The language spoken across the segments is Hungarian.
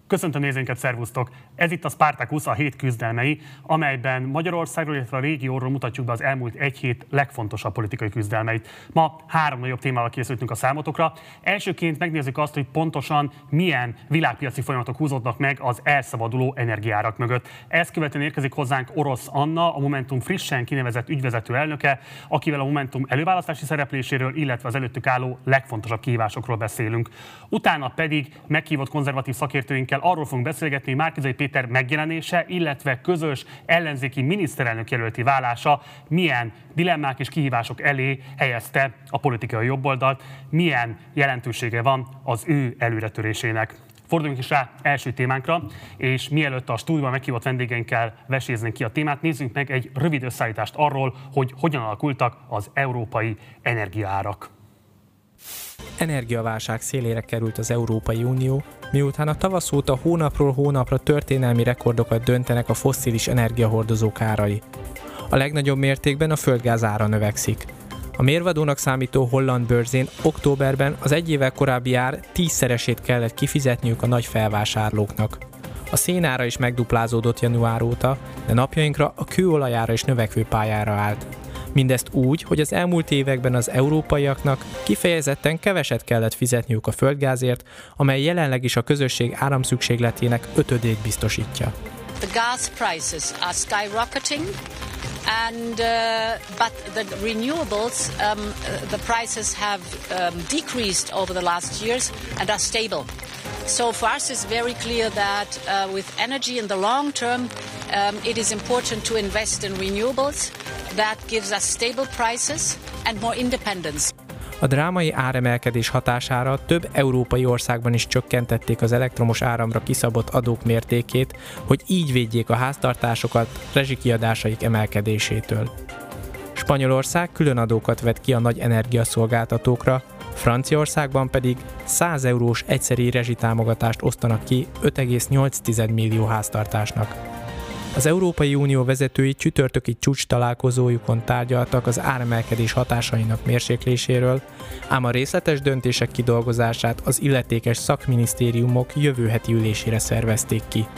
Köszöntöm nézőinket, szervusztok! Ez itt a Spartacus, a hét küzdelmei, amelyben Magyarországról, illetve a régióról mutatjuk be az elmúlt egy hét legfontosabb politikai küzdelmeit. Ma 3 nagyobb témával készültünk a számotokra. Elsőként megnézzük azt, hogy pontosan milyen világpiaci folyamatok húzódnak meg az elszabaduló energiárak mögött. Ezt követően érkezik hozzánk Orosz Anna, a Momentum frissen kinevezett ügyvezető elnöke, akivel a Momentum előválasztási szerepléséről, illetve az előttük álló legfontosabb kihívásokról beszélünk. Utána pedig meghívott konzervatív szakértőinkkel arról fogunk beszélgetni, hogy Márki-Zay Péter megjelenése, illetve közös ellenzéki miniszterelnök jelölti válása milyen dilemmák és kihívások elé helyezte a politikai jobboldalt, milyen jelentősége van az ő előretörésének. Forduljunk is rá első témánkra, és mielőtt a stúdióban meghívott vendégeinkkel veséznénk ki a témát, nézzünk meg egy rövid összeállítást arról, hogy hogyan alakultak az európai energiaárak. Energiaválság szélére került az Európai Unió, miután a tavasz óta hónapról hónapra történelmi rekordokat döntenek a fosszilis energiahordozók árai. A legnagyobb mértékben a földgáz ára növekszik. A mérvadónak számító holland bőrzén októberben az egy évvel korábbi ár 10-szeresét kellett kifizetniük a nagy felvásárlóknak. A szénára is megduplázódott január óta, de napjainkra a kőolajára is növekvő pályára állt. Mindezt úgy, hogy az elmúlt években az európaiaknak kifejezetten keveset kellett fizetniük a földgázért, amely jelenleg is a közösség áramszükségletének 5%-ét biztosítja. The gas prices are skyrocketing, but the renewables, the prices have decreased over the last years and are stable. So for us it's very clear that with energy in the long term, it is important to invest in renewables. That gives us stable prices and more independence. A drámai áremelkedés hatására több európai országban is csökkentették az elektromos áramra kiszabott adók mértékét, hogy így védjék a háztartásokat rezsikiadásaik emelkedésétől. Spanyolország külön adókat vet ki a nagy energiaszolgáltatókra, Franciaországban pedig 100 eurós egyszeri rezsitámogatást osztanak ki 5,8 millió háztartásnak. Az Európai Unió vezetői csütörtöki csúcs találkozójukon tárgyaltak az áremelkedés hatásainak mérsékléséről, ám a részletes döntések kidolgozását az illetékes szakminisztériumok jövő heti ülésére szervezték ki.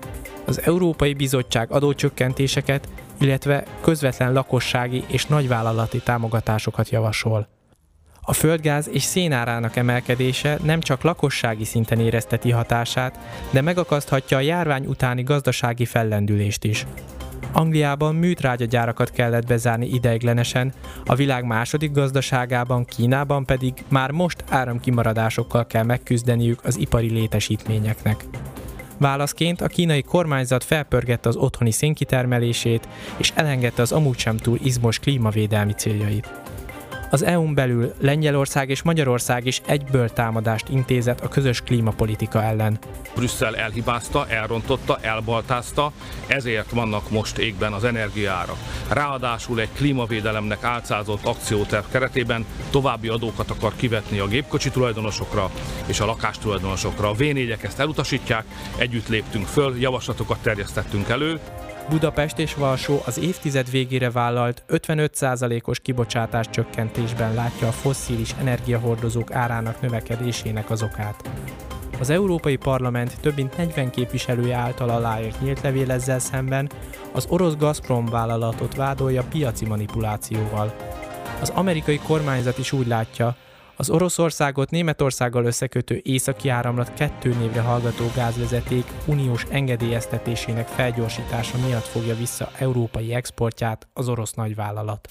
Az Európai Bizottság adócsökkentéseket, illetve közvetlen lakossági és nagyvállalati támogatásokat javasol. A földgáz és szénárának emelkedése nem csak lakossági szinten érezteti hatását, de megakaszthatja a járvány utáni gazdasági fellendülést is. Angliában műtrágyagyárakat kellett bezárni ideiglenesen, a világ második gazdaságában, Kínában pedig már most áramkimaradásokkal kell megküzdeniük az ipari létesítményeknek. Válaszként a kínai kormányzat felpörgette az otthoni szénkitermelését, és elengedte az amúgy sem túl izmos klímavédelmi céljait. Az EU-n belül Lengyelország és Magyarország is egyből támadást intézett a közös klímapolitika ellen. Brüsszel elhibázta, elrontotta, elbaltázta, ezért vannak most égben az energiaárak. Ráadásul egy klímavédelemnek álcázott akcióterv keretében további adókat akar kivetni a gépkocsi tulajdonosokra és a lakástulajdonosokra. A V4-ek ezt elutasítják, együtt léptünk föl, javaslatokat terjesztettünk elő. Budapest és Varsó az évtized végére vállalt 55%-os kibocsátás csökkentésben látja a fosszilis energiahordozók árának növekedésének az okát. Az Európai Parlament több mint 40 képviselője által aláírt nyílt levél ezzel szemben az orosz Gazprom vállalatot vádolja piaci manipulációval. Az amerikai kormányzat is úgy látja, az Oroszországot Németországgal összekötő Északi Áramlat 2 névre hallgató gázvezeték uniós engedélyeztetésének felgyorsítása miatt fogja vissza európai exportját az orosz nagyvállalat.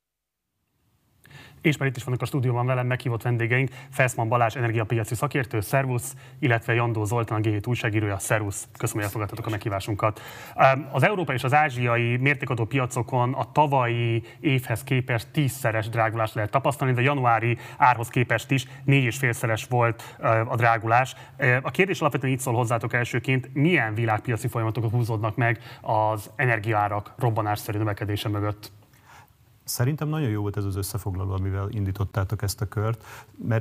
És már itt is vannak a stúdióban velem meghívott vendégeink, Felszman Balázs energiapiaci szakértő, szervusz, illetve Jandó Zoltán, a G7 újságírója, szervusz. Köszönöm, hogy elfogadtatok a meghívásunkat. Az európai és az ázsiai mértékadó piacokon a tavalyi évhez képest 10-szeres drágulást lehet tapasztalni, de januári árhoz képest is 4,5-szeres volt a drágulás. A kérdés alapvetően így szól hozzátok elsőként, milyen világpiaci folyamatok húzódnak meg az energiaárak robbanásszerű növekedése mögött? Szerintem nagyon jó volt ez az összefoglaló, amivel indítottátok ezt a kört, mert hogy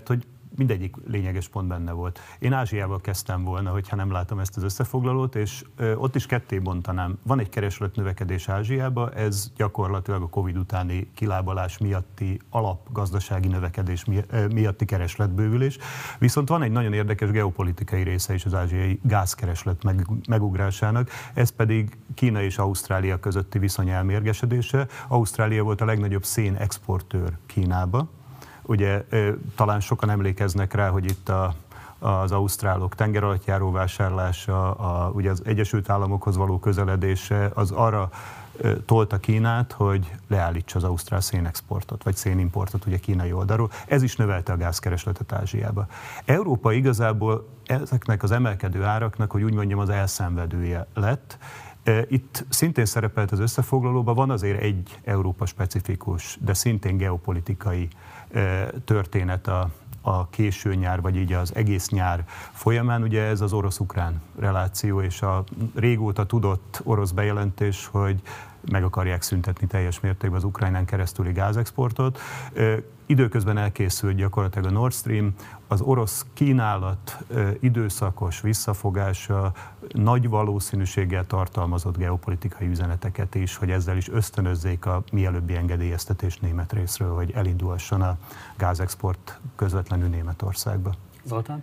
mindegyik lényeges pont benne volt. Én Ázsiával kezdtem volna, hogyha nem látom ezt az összefoglalót, és ott is ketté bontanám. Van egy keresletnövekedés Ázsiában, ez gyakorlatilag a Covid utáni kilábalás miatti alapgazdasági növekedés miatti keresletbővülés. Viszont van egy nagyon érdekes geopolitikai része is az ázsiai gázkereslet megugrásának, ez pedig Kína és Ausztrália közötti viszony elmérgesedése. Ausztrália volt a legnagyobb szénexportőr Kínába. Ugye talán sokan emlékeznek rá, hogy itt az ausztrálok tengeralattjáró vásárlása, ugye az Egyesült Államokhoz való közeledése, az arra tolta Kínát, hogy leállítsa az ausztrál szénexportot, vagy szénimportot ugye kínai oldalról. Ez is növelte a gázkeresletet Ázsiába. Európa igazából ezeknek az emelkedő áraknak, hogy úgy mondjam, az elszenvedője lett. Itt szintén szerepelt az összefoglalóban, van azért egy Európa specifikus, de szintén geopolitikai történet a késő nyár, vagy így az egész nyár folyamán. Ugye ez az orosz-ukrán reláció, és a régóta tudott orosz bejelentés, hogy meg akarják szüntetni teljes mértékben az Ukrajnán keresztüli gázexportot. Időközben elkészült gyakorlatilag a Nord Stream, az orosz kínálat időszakos visszafogása nagy valószínűséggel tartalmazott geopolitikai üzeneteket is, hogy ezzel is ösztönözzék a mielőbbi engedélyeztetést német részről, hogy elindulhasson a gázexport közvetlenül Németországba. Zoltán?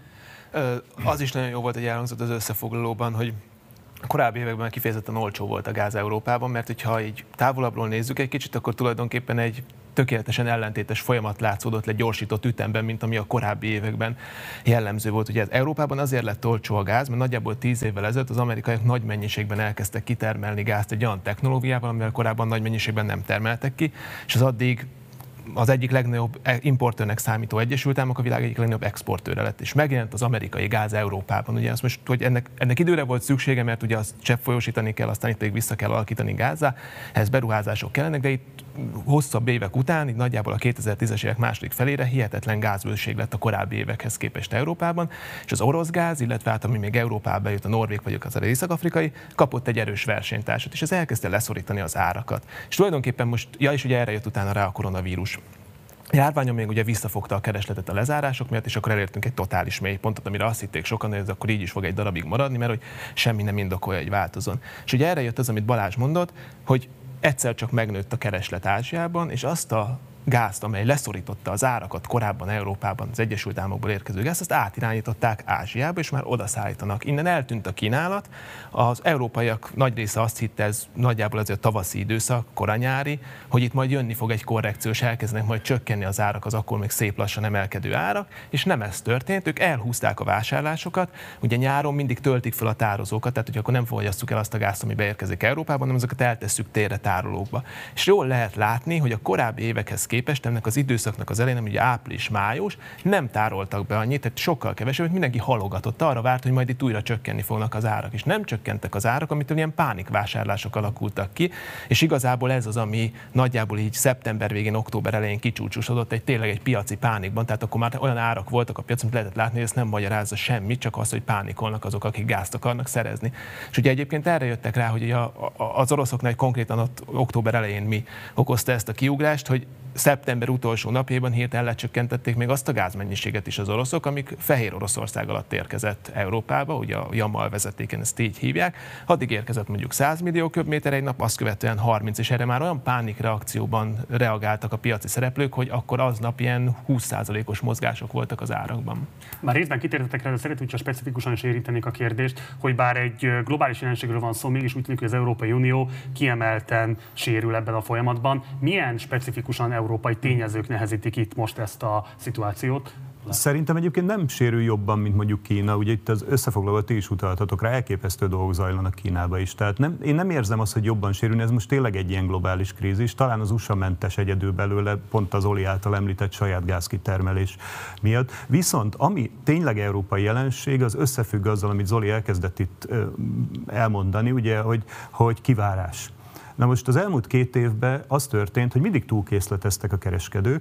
Az is nagyon jó volt, hogy elhangzott az összefoglalóban, hogy a korábbi években kifejezetten olcsó volt a gáz Európában, mert hogyha így távolabbról nézzük egy kicsit, akkor tulajdonképpen egy tökéletesen ellentétes folyamat látszódott le gyorsított ütemben, mint ami a korábbi években jellemző volt. Ugye Európában azért lett olcsó a gáz, mert nagyjából 10 évvel ezelőtt az amerikaiak nagy mennyiségben elkezdtek kitermelni gázt egy olyan technológiával, amivel korábban nagy mennyiségben nem termeltek ki, és az addig az egyik legnagyobb importőrnek számító Egyesült Államok a világ egyik legnagyobb exportőre lett, és megjelent az amerikai gáz Európában. Ugye azt most, hogy ennek időre volt szüksége, mert ugye azt cseppfolyósítani kell, aztán itt pedig vissza kell alakítani gázzá, ehhez beruházások kellenek, de itt hosszabb évek után, így nagyjából a 2010-es évek második felére hihetetlen gázbőség lett a korábbi évekhez képest Európában, és az orosz gáz, illetve hát ami még Európába jött, a norvég vagy az észak-afrikai, kapott egy erős versenytársat, és ez elkezdte leszorítani az árakat. És tulajdonképpen most, és ugye erre jött utána rá a koronavírus. A járványon még ugye visszafogta a keresletet a lezárások miatt, és akkor elértünk egy totális mélypontot, amire azt hitték sokan, hogy ez akkor így is fog egy darabig maradni, mert hogy semmi nem indokolja, hogy változon. És ugye erre jött az, amit Balázs mondott, hogy egyszer csak megnőtt a kereslet Ázsiában, és azt a gázt, amely leszorította az árakat korábban Európában, az Egyesült Államokból érkező gázt, azt átirányították Ázsiába, és már oda szállítanak. Innen eltűnt a kínálat, az európaiak nagy része azt hitte, ez nagyjából azért tavaszi időszak, koranyári, hogy itt majd jönni fog egy korrekció, és elkezdenek majd csökkenni az árak, az akkor még szép lassan emelkedő árak, és nem ez történt, ők elhúzták a vásárlásokat, ugye nyáron mindig töltik fel a tározókat, tehát hogy akkor nem fogyasszuk el azt a gázt, ami beérkezik Európában, hanem azokat eltesszük térre tárolókba. És jól lehet látni, hogy a korábbi évekhez képest ennek az időszaknak az elején, ugye április-május, nem tároltak be annyit, tehát sokkal kevesebb, mindenki halogatott, arra várt, hogy majd itt újra csökkenni fognak az árak, és nem csökkentek az árak, amitől ilyen pánikvásárlások alakultak ki, és igazából ez az, ami nagyjából így szeptember végén, október elején kicsúcsosodott tényleg egy piaci pánikban, tehát akkor már olyan árak voltak a piacon, amit lehetett látni, hogy ez nem magyarázza semmit, csak az, hogy pánikolnak azok, akik gázt akarnak szerezni. És ugye egyébként erre jöttek rá, hogy az oroszoknál konkrétan ott október elején mi okozta ezt a kiugrást, hogy szeptember utolsó napjában hirtelen lecsökkentették még azt a gázmennyiséget is az oroszok, amik Fehér Oroszország alatt érkezett Európába, ugye a Jamal vezetéken ezt így hívják. Addig érkezett mondjuk 100 millió köbméter egy nap, azt követően 30, és erre már olyan pánikreakcióban reagáltak a piaci szereplők, hogy akkor aznap ilyen 20%-os mozgások voltak az árakban. Már részben kitértetek rá, de szeretnék csak specifikusan is érintenék a kérdést, hogy bár egy globális jelenségről van szó, mégis úgy tűnik, hogy az Európai Unió kiemelten sérül ebben a folyamatban. Milyen specifikusan európai tényezők nehezítik itt most ezt a szituációt? Szerintem egyébként nem sérül jobban, mint mondjuk Kína. Ugye itt az összefoglalóban ti is utaltatok rá, elképesztő dolgok zajlanak Kínába is. Tehát én nem érzem azt, hogy jobban sérülni, ez most tényleg egy ilyen globális krízis. Talán az USA mentes egyedül belőle, pont az Oli által említett saját gázkitermelés miatt. Viszont ami tényleg európai jelenség, az összefügg azzal, amit Zoli elkezdett itt elmondani, ugye, hogy kivárás. Na most az elmúlt 2 évben az történt, hogy mindig túlkészleteztek a kereskedők,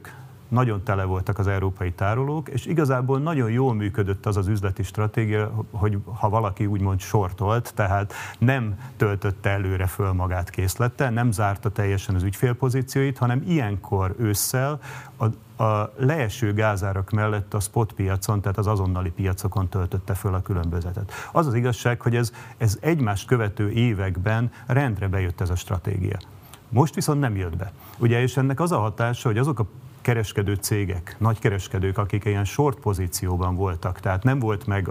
nagyon tele voltak az európai tárolók, és igazából nagyon jól működött az az üzleti stratégia, hogy ha valaki úgymond sortolt, tehát nem töltötte előre föl magát készlettel, nem zárta teljesen az ügyfélpozícióit, hanem ilyenkor ősszel a leeső gázárak mellett a spot piacon, tehát az azonnali piacokon töltötte föl a különbözetet. Az az igazság, hogy ez egymást követő években rendre bejött ez a stratégia. Most viszont nem jött be. Ugye, és ennek az a hatása, hogy azok a kereskedő cégek, nagykereskedők, akik ilyen short pozícióban voltak, tehát nem volt meg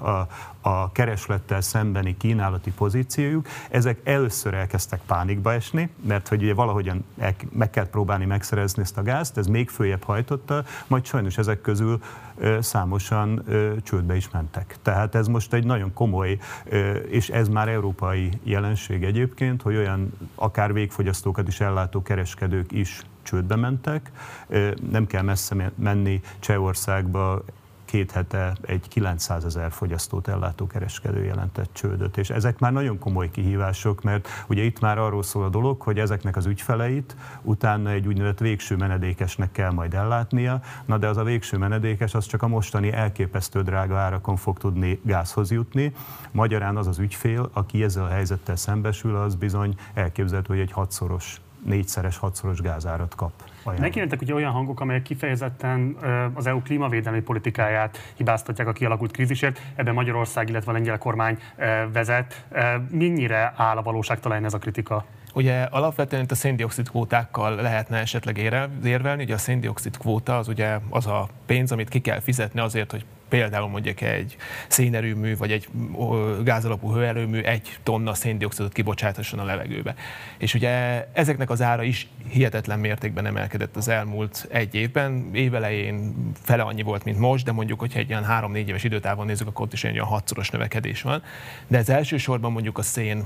a kereslettel szembeni kínálati pozíciójuk, ezek először elkezdtek pánikba esni, mert hogy ugye valahogyan meg kell próbálni megszerezni ezt a gázt, ez még följebb hajtotta, majd sajnos ezek közül számosan csődbe is mentek. Tehát ez most egy nagyon komoly, és ez már európai jelenség egyébként, hogy olyan akár végfogyasztókat is ellátó kereskedők is csődbe mentek. Nem kell messze menni Csehországba, 2 hete egy 900 000 fogyasztót ellátó kereskedő jelentett csődöt. És ezek már nagyon komoly kihívások, mert ugye itt már arról szól a dolog, hogy ezeknek az ügyfeleit utána egy úgynevezett végső menedékesnek kell majd ellátnia, na de az a végső menedékes az csak a mostani elképesztő drága árakon fog tudni gázhoz jutni. Magyarán az az ügyfél, aki ezzel a helyzettel szembesül, az bizony elképzelhető, hogy egy 4-szeres, 6-szoros gázárat kap. Megjelentek ugye olyan hangok, amelyek kifejezetten az EU klímavédelmi politikáját hibáztatják a kialakult krízisért. Ebben Magyarország, illetve a lengyel kormány vezet. Mennyire áll a valóságtalan ez a kritika? Ugye alapvetően itt a széndioxid kvótákkal lehetne esetleg érvelni. Ugye a széndioxid kvóta az ugye az a pénz, amit ki kell fizetni azért, hogy például mondjuk egy szénerőmű vagy egy gázalapú hőerőmű 1 tonna széndioxidot kibocsáthasson a levegőbe. És ugye ezeknek az ára is hihetetlen mértékben emelkedett az elmúlt 1 évben. Évelején fele annyi volt, mint most, de mondjuk, hogyha egy ilyen 3-4 éves időtávon nézzük, akkor ott is egy olyan 6-szoros növekedés van. De ez elsősorban mondjuk a szén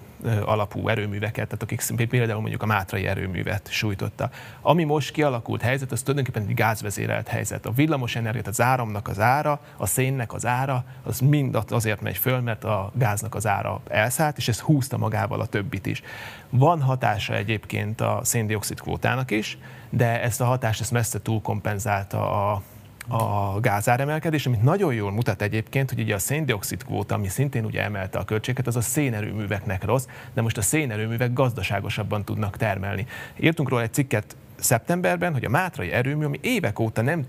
alapú erőműveket, tehát akik például mondjuk a mátrai erőművet sújtotta. Ami most kialakult helyzet, az tulajdonképpen egy gázvezérelt helyzet. A villamos energiát, az áramnak az ára, a szénnek az ára, az mind azért megy föl, mert a gáznak az ára elszállt, és ez húzta magával a többit is. Van hatása egyébként a széndioxid kvótának is, de ezt a hatást messze túlkompenzálta a gázáremelkedés, amit nagyon jól mutat egyébként, hogy ugye a széndioxid kvóta, ami szintén ugye emelte a költségeket, az a szénerőműveknek rossz, de most a szénerőművek gazdaságosabban tudnak termelni. Írtunk róla egy cikket szeptemberben, hogy a mátrai erőmű, ami évek óta nem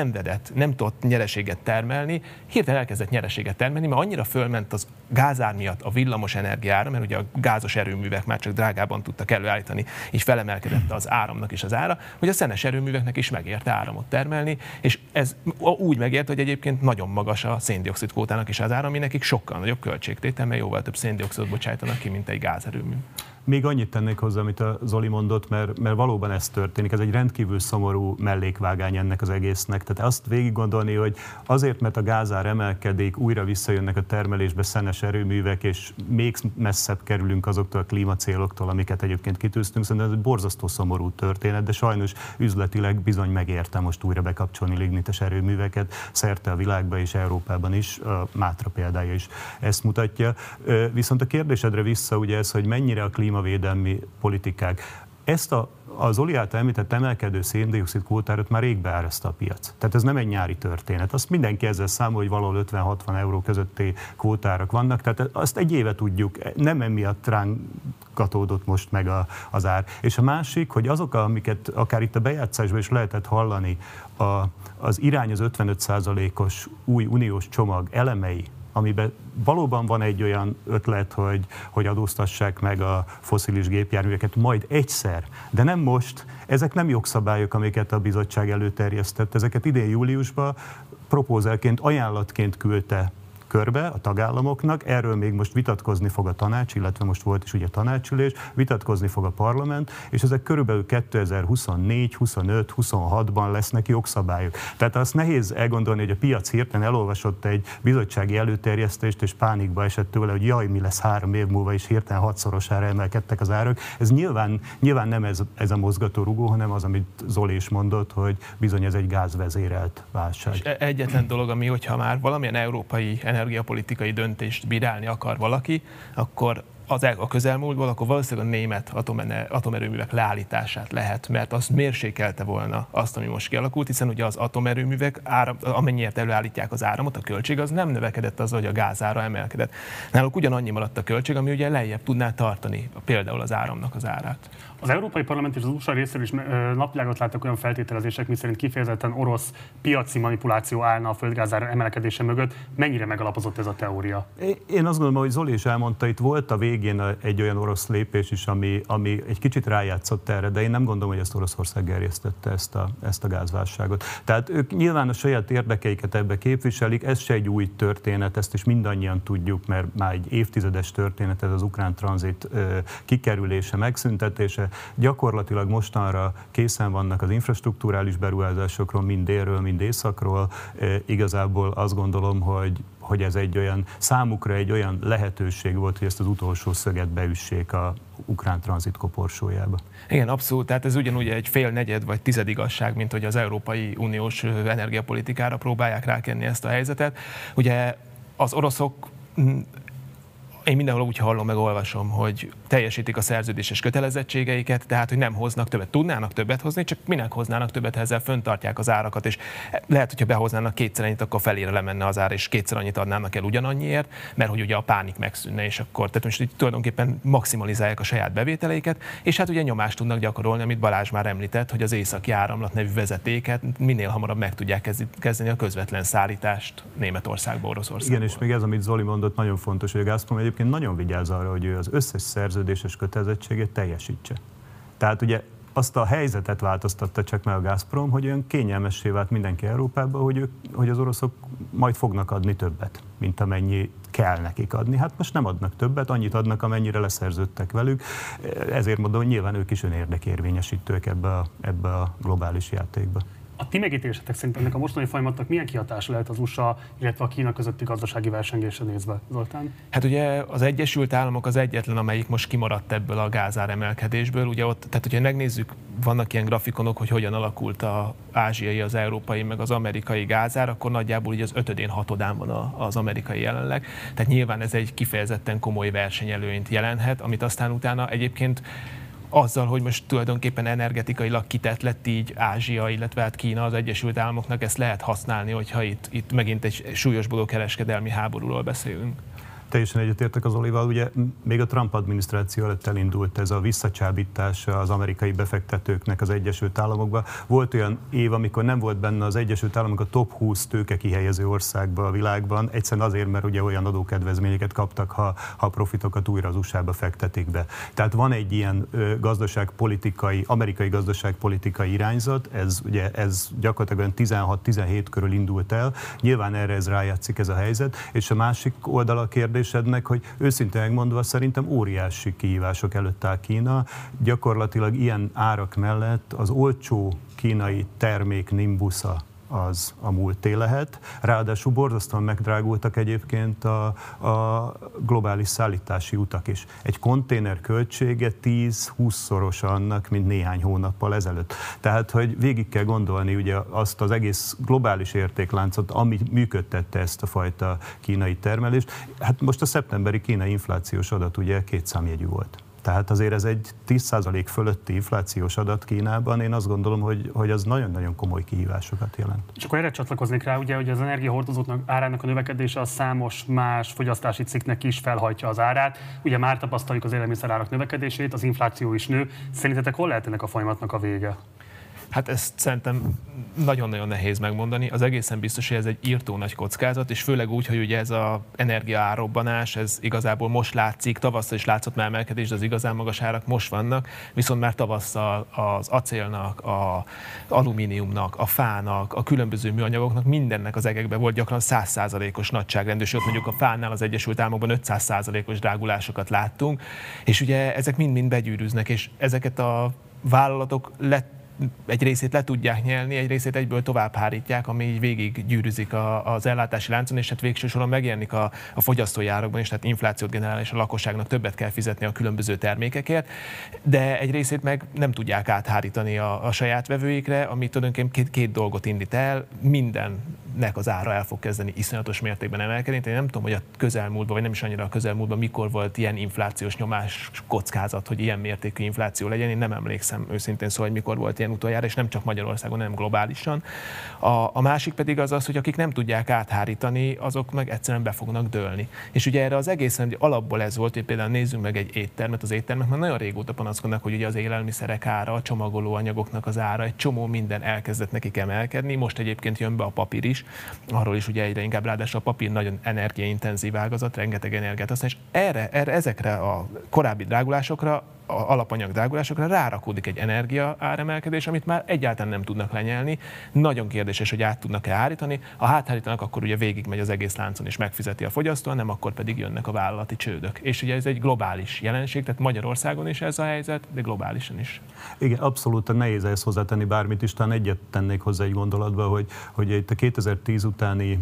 tudott nyereséget termelni, hirtelen elkezdett nyereséget termelni, mert annyira fölment az gázár miatt a villamos energiára, mert ugye a gázos erőművek már csak drágában tudtak előállítani, így felemelkedett az áramnak is az ára, hogy a szenes erőműveknek is megérte áramot termelni, és ez úgy megérte, hogy egyébként nagyon magas a széndioxid kvótának is az ára, ami nekik sokkal nagyobb költségtétel, mert jóval több széndioxidot bocsájtanak ki, mint egy gázerőmű. Még annyit tennék hozzá, amit a Zoli mondott, mert valóban ez történik. Ez egy rendkívül szomorú mellékvágány ennek az egésznek. Tehát azt végig gondolni, hogy azért, mert a gázár emelkedik, újra visszajönnek a termelésbe szenes erőművek, és még messzebb kerülünk azoktól a klímacéloktól, amiket egyébként kitűztünk. Szerintem ez egy borzasztó szomorú történet, de sajnos üzletileg bizony megérte most újra bekapcsolni lignites erőműveket szerte a világban és Európában is. A Mátra példája is ezt mutatja. Viszont a kérdésedre vissza ugye ez, hogy mennyire a klímavédelmi politikák. Ezt az Zoli által említett emelkedő széndioxid kvótárat már rég beáraszta a piac. Tehát ez nem egy nyári történet. Azt mindenki ezzel számol, hogy valahol 50-60 euró közötti kvótárak vannak, tehát azt egy éve tudjuk, nem emiatt rángatódott most meg az ár. És a másik, hogy azok, amiket akár itt a bejátszásban is lehetett hallani, az irány az 55%-os új uniós csomag elemei, amiben valóban van egy olyan ötlet, hogy adóztassák meg a fosszilis gépjárműveket majd egyszer, de nem most. Ezek nem jogszabályok, amiket a bizottság előterjesztett. Ezeket idén júliusban propózálként, ajánlatként küldte körbe a tagállamoknak, erről még most vitatkozni fog a tanács, illetve most volt is ugye tanácsülés, vitatkozni fog a parlament, és ezek körülbelül 2024, 25, 26-ban lesznek jogszabályok. Tehát azt nehéz elgondolni, hogy a piac hirtelen elolvasott egy bizottsági előterjesztést, és pánikba esett tőle, hogy jaj, mi lesz 3 év múlva, és hirtelen 6-szorosára emelkedtek az árak. Ez nyilván nem ez a mozgatórugó, hanem az, amit Zoli is mondott, hogy bizony ez egy gázvezérelt válság. És egyetlen dolog, ami, hogyha már valamilyen európai energiapolitikai döntést bírálni akar valaki, akkor a közelmúltból, akkor valószínűleg a német atomerőművek leállítását lehet, mert az mérsékelte volna azt, ami most kialakult, hiszen ugye az atomerőművek, amennyiért előállítják az áramot, a költség az nem növekedett azzal, hogy a gázára emelkedett. Náluk ugyanannyi maradt a költség, ami ugye lejjebb tudná tartani például az áramnak az árát. Az Európai Parlament és az USA részéről is napvilágot láttak olyan feltételezések, miszerint kifejezetten orosz piaci manipuláció állna a földgázára emelkedése mögött. Mennyire megalapozott ez a teória? Én azt gondolom, hogy Zoli is elmondta, itt volt a végén egy olyan orosz lépés is, ami egy kicsit rájátszott erre, de én nem gondolom, hogy ezt Oroszország gerjesztette ezt a gázválságot. Tehát ők nyilván a saját érdekeiket ebbe képviselik, ez se egy új történet, ezt is mindannyian tudjuk, mert már egy évtizedes történet ez az ukrán tranzit kikerülése, megszüntetése. Gyakorlatilag mostanra készen vannak az infrastrukturális beruházásokról, mind délről, mind északról. Igazából azt gondolom, hogy ez számukra egy olyan lehetőség volt, hogy ezt az utolsó szöget beüssék a ukrán tranzit koporsójába. Igen, abszolút. Tehát ez ugyanúgy egy fél, negyed vagy tized igazság, mint hogy az Európai Uniós energiapolitikára próbálják rákenni ezt a helyzetet. Ugye az oroszok, én mindenhol úgy hallom, meg olvasom, hogy teljesítik a szerződéses kötelezettségeiket, tehát hogy nem hoznak többet. Tudnának többet hozni, csak minek hoznának többet, ha ezzel föntartják az árakat, és lehet, hogyha behoznának kétszer annyit, akkor felére lemenne az ár, és kétszer annyit adnának el ugyanannyiért, mert hogy ugye a pánik megszűnne, és akkor tehát most így tulajdonképpen maximalizálják a saját bevételeiket, és hát ugye nyomást tudnak gyakorolni, amit Balázs már említett, hogy az Északi Áramlat nevű vezetéket minél hamarabb meg tudják kezdeni a közvetlen szállítást Németországba, Oroszországba. Igen, és még ez, amit Zoli mondott, nagyon fontos, hogy a Gazprom egyébként nagyon vigyáz arra, hogy ő az összes szerződéses kötelezettségét teljesítse. Tehát ugye azt a helyzetet változtatta csak meg a Gazprom, hogy olyan kényelmessé vált mindenki Európában, hogy az oroszok majd fognak adni többet, mint amennyi kell nekik adni. Hát most nem adnak többet, annyit adnak, amennyire leszerződtek velük. Ezért mondom, hogy nyilván ők is önérdekérvényesítők ebbe a globális játékba. A ti megítéletek szerint ennek a mostani folyamatnak milyen kihatása lehet az USA, illetve a Kína közötti gazdasági versengésre nézve, Zoltán? Hát ugye az Egyesült Államok az egyetlen, amelyik most kimaradt ebből a gázáremelkedésből. Ugye ott, tehát hogyha megnézzük, vannak ilyen grafikonok, hogy hogyan alakult az ázsiai, az európai, meg az amerikai gázár, akkor nagyjából ugye az 5-én, 6-án van az amerikai jelenleg. Tehát nyilván ez egy kifejezetten komoly versenyelőnyt jelenthet, amit aztán utána egyébként azzal, hogy most tulajdonképpen energetikailag kitett lett így Ázsia, illetve hát Kína az Egyesült Államoknak, ezt lehet használni, hogyha itt megint egy súlyosbodó kereskedelmi háborúról beszélünk. Teljesen egyetértek az Olival, ugye még a Trump adminisztráció előtt elindult ez a visszacsábítás az amerikai befektetőknek az Egyesült Államokba. Volt olyan év, amikor nem volt benne az Egyesült Államok a top 20 tőke kihelyező országba a világban, egyszerűen azért, mert ugye olyan adókedvezményeket kaptak, ha a profitokat újra az USA-ba fektetik be. Tehát van egy ilyen amerikai gazdaságpolitikai irányzat, ez gyakorlatilag 16-17 körül indult el. Nyilván erre ez rájátszik ez a helyzet, és a másik oldala a kérdésednek, hogy őszintén megmondva szerintem óriási kihívások előtt áll Kína. Gyakorlatilag ilyen árak mellett az olcsó kínai termék nimbusza az a múlté lehet. Ráadásul borzasztóan megdrágultak egyébként a globális szállítási utak is. Egy konténer költsége 10-20-szoros annak, mint néhány hónappal ezelőtt. Tehát, hogy végig kell gondolni ugye azt az egész globális értékláncot, ami működtette ezt a fajta kínai termelést. Hát most a szeptemberi kínai inflációs adat ugye 2 számjegyű volt. Tehát azért ez egy 10% fölötti inflációs adat Kínában, én azt gondolom, hogy az nagyon-nagyon komoly kihívásokat jelent. És akkor erre csatlakoznék rá, ugye, hogy az energiahordozóknak árának a növekedése a számos más fogyasztási cikknek is felhajtja az árát. Ugye már tapasztaljuk az élelmiszerárak növekedését, az infláció is nő. Szerintetek hol lehet ennek a folyamatnak a vége? Hát ezt szerintem nagyon-nagyon nehéz megmondani. Az egészen biztos, hogy ez egy írtó nagy kockázat, és főleg úgy, hogy ugye ez az energiaárrobbanás, ez igazából most látszik, tavasszal is látszott már emelkedés, de az igazán magas árak most vannak, viszont már tavasszal az acélnak, az alumíniumnak, a fának, a különböző műanyagoknak mindennek az egekben volt gyakran 100%-os nagyságrendű, sőt mondjuk a fánál az Egyesült Államokban 500%-os drágulásokat láttunk, és ugye ezek mind-mind begyűrűznek, és ezeket a vállalatok egy részét le tudják nyelni, egy részét egyből tovább hárítják, ami így végig gyűrűzik az ellátási láncon, és hát végső soron megjelenik a fogyasztói árakban is, tehát inflációt generál, és a lakosságnak többet kell fizetni a különböző termékekért, de egy részét meg nem tudják áthárítani a saját vevőikre, ami tulajdonképpen két dolgot indít el, minden nek az ára el fog kezdeni iszonyatos mértékben emelkedni. Én nem tudom, hogy a közelmúltban, vagy nem is annyira a közelmúltban, mikor volt ilyen inflációs nyomás kockázat, hogy ilyen mértékű infláció legyen. Én nem emlékszem őszintén szóval, hogy mikor volt ilyen utoljára, és nem csak Magyarországon, hanem globálisan. A másik pedig az, hogy akik nem tudják áthárítani, azok meg egyszerűen be fognak dőlni. És ugye erre az egészen alapból ez volt, hogy például nézzünk meg egy éttermet, az éttermek már nagyon régóta panaszkodnak, hogy ugye az élelmiszerek ára, a csomagolóanyagoknak az ára, egy csomó minden elkezdett nekik emelkedni. Most egyébként jön be a papír is, arról is ugye egyre inkább, ráadásul a papír nagyon energiaintenzív ágazat, rengeteg energiát használ, és ezekre a korábbi drágulásokra, alapanyag drágulásokra rárakódik egy energia áremelkedés, amit már egyáltalán nem tudnak lenyelni. Nagyon kérdéses, hogy át tudnak-e hárítani. Ha áthárítanak, akkor ugye végigmegy az egész láncon és megfizeti a fogyasztó, nem akkor pedig jönnek a vállalati csődök. És ugye ez egy globális jelenség, tehát Magyarországon is ez a helyzet, de globálisan is. Igen, abszolút nehéz ezt hozzátenni bármit is, talán egyet tennék hozzá egy gondolatba, hogy itt a 2010 utáni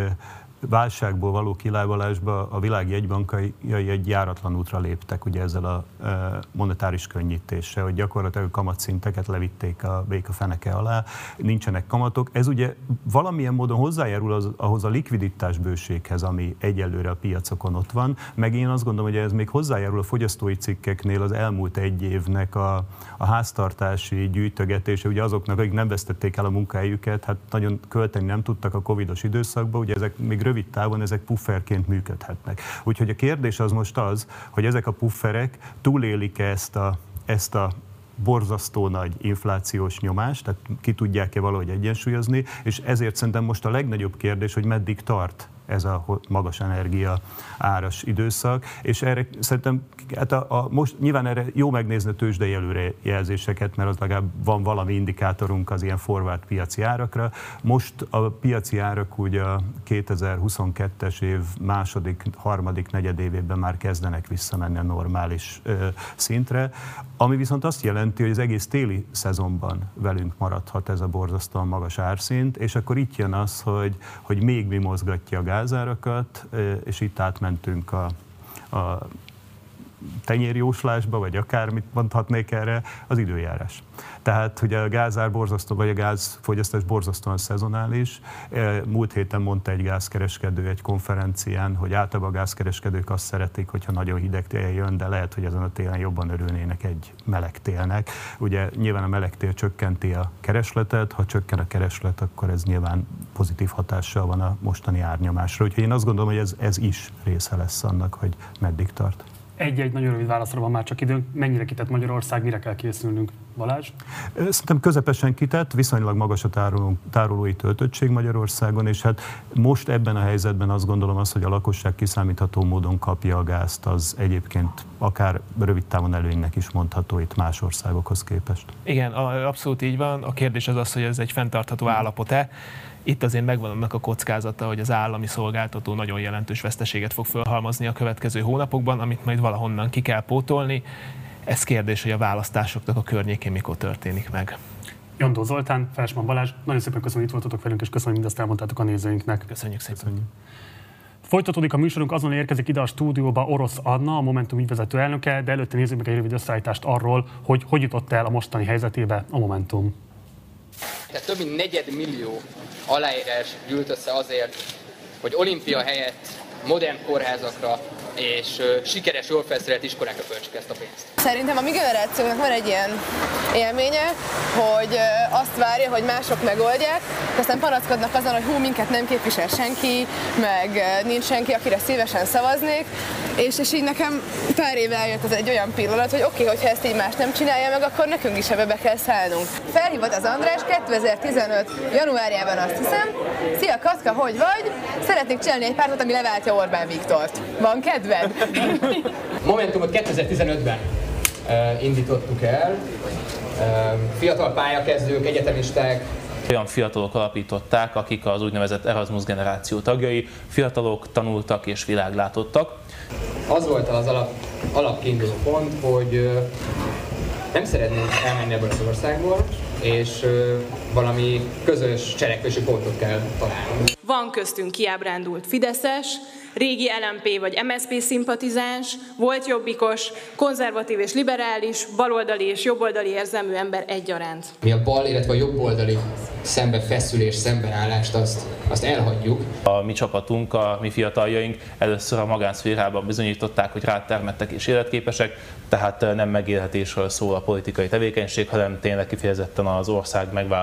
válságból való kilábalásba a világ jegybankai egy járatlan útra léptek ugye ezzel a monetáris könnyítéssel, hogy gyakorlatilag a kamatszinteket levitték a béka feneke alá, nincsenek kamatok. Ez ugye valamilyen módon hozzájárul ahhoz a likviditásbőséghez, ami egyelőre a piacokon ott van, meg én azt gondolom, hogy ez még hozzájárul a fogyasztói cikkeknél az elmúlt egy évnek a háztartási gyűjtögetése, ugye azoknak, akik nem vesztették el a munkájukat, hát nagyon költeni nem tudtak a covidos időszakban, ugye ezek még rövid távon ezek pufferként működhetnek. Úgyhogy a kérdés az most az, hogy ezek a pufferek túlélik-e ezt a borzasztó nagy inflációs nyomást, tehát ki tudják-e valahogy egyensúlyozni, és ezért szerintem most a legnagyobb kérdés, hogy meddig tart ez a magas energia áras időszak, és erre szerintem hát most nyilván erre jó megnézni a tőzsdei előrejelzéseket, mert az legalább van valami indikátorunk az ilyen forward piaci árakra. Most a piaci árak ugye a 2022-es év második, harmadik negyedévében már kezdenek visszamenni a normális szintre, ami viszont azt jelenti, hogy az egész téli szezonban velünk maradhat ez a borzasztóan magas árszint, és akkor itt jön az, hogy még mi mozgatja a gázárakat, és itt átmentünk a tenyérjóslásba, vagy akármit mondhatnék erre, az időjárás. Tehát, hogy a gázár borzasztó, vagy a gázfogyasztás borzasztóan szezonális. Múlt héten mondta egy gázkereskedő egy konferencián, hogy általában a gázkereskedők azt szeretik, hogyha nagyon hideg tél jön, de lehet, hogy ezen a télen jobban örülnének egy meleg télnek. Ugye nyilván a meleg tél csökkenti a keresletet, ha csökken a kereslet, akkor ez nyilván pozitív hatással van a mostani árnyomásra. Úgyhogy én azt gondolom, hogy ez is része lesz annak, hogy meddig tart. Egy nagyon rövid válaszra van már csak időnk. Mennyire kitett Magyarország, mire kell készülnünk? Balázs? Szerintem közepesen kitett, viszonylag magas a tárolói töltöttség Magyarországon, és hát most ebben a helyzetben azt gondolom hogy a lakosság kiszámítható módon kapja a gázt, az egyébként akár rövid távon előnynek is mondható itt más országokhoz képest. Igen, abszolút így van. A kérdés az, hogy ez egy fenntartható állapot-e. Itt azért megvan annak a kockázata, hogy az állami szolgáltató nagyon jelentős veszteséget fog felhalmozni a következő hónapokban, amit majd valahonnan ki kell pótolni. Ez kérdés, hogy a választásoknak a környékén mikor történik meg. Jandó Zoltán, Felsman Balázs, nagyon szépen köszönöm, hogy itt voltatok velünk, és köszönöm, hogy mindezt elmondtátok a nézőinknek. Köszönjük szépen. Köszönjük. Folytatódik a műsorunk, azon érkezik ide a stúdióba Orosz Anna, a Momentum ügyvezető elnöke, de előtte nézzük meg egy rövid összeállítást arról, hogy jutott el a mostani helyzetébe a Momentum. Tehát több mint 4 millió aláírás gyűlt össze azért, hogy olimpia helyett modern kórházakra és sikeres, jól felszerelt iskolákra költsük ezt a pénzt. Szerintem a mi generációnak van egy ilyen élménye, hogy azt várja, hogy mások megoldják, aztán panaszkodnak azon, hogy minket nem képvisel senki, meg nincs senki, akire szívesen szavaznék, és így nekem pár éve eljött az egy olyan pillanat, hogy oké, hogyha ezt így más nem csinálja meg, akkor nekünk is ebbe be kell szállnunk. Felhívott az András 2015. januárjában, azt hiszem. Szia Kacka, hogy vagy? Szeretnék csinálni egy pártot, ami leváltja Orbán Viktort. Van kedved? Momentumot 2015-ben indítottuk el. Fiatal pályakezdők, egyetemisták. Olyan fiatalok alapították, akik az úgynevezett Erasmus generáció tagjai, fiatalok, tanultak és világlátottak. Az volt az alapkiinduló pont, hogy nem szeretnénk elmenni ebből az országból, és valami közös cselekvési pontot kell találnunk. Van köztünk kiábrándult fideszes, régi LMP vagy MSZP szimpatizáns, volt jobbikos, konzervatív és liberális, baloldali és jobboldali érzelmű ember egyaránt. Mi a bal, illetve a jobboldali szembefeszülés, szembenállást azt elhagyjuk. A mi csapatunk, a mi fiataljaink először a magánszférában bizonyították, hogy rátermettek és életképesek, tehát nem megélhetésről szól a politikai tevékenység, hanem tényleg kifejezetten az ország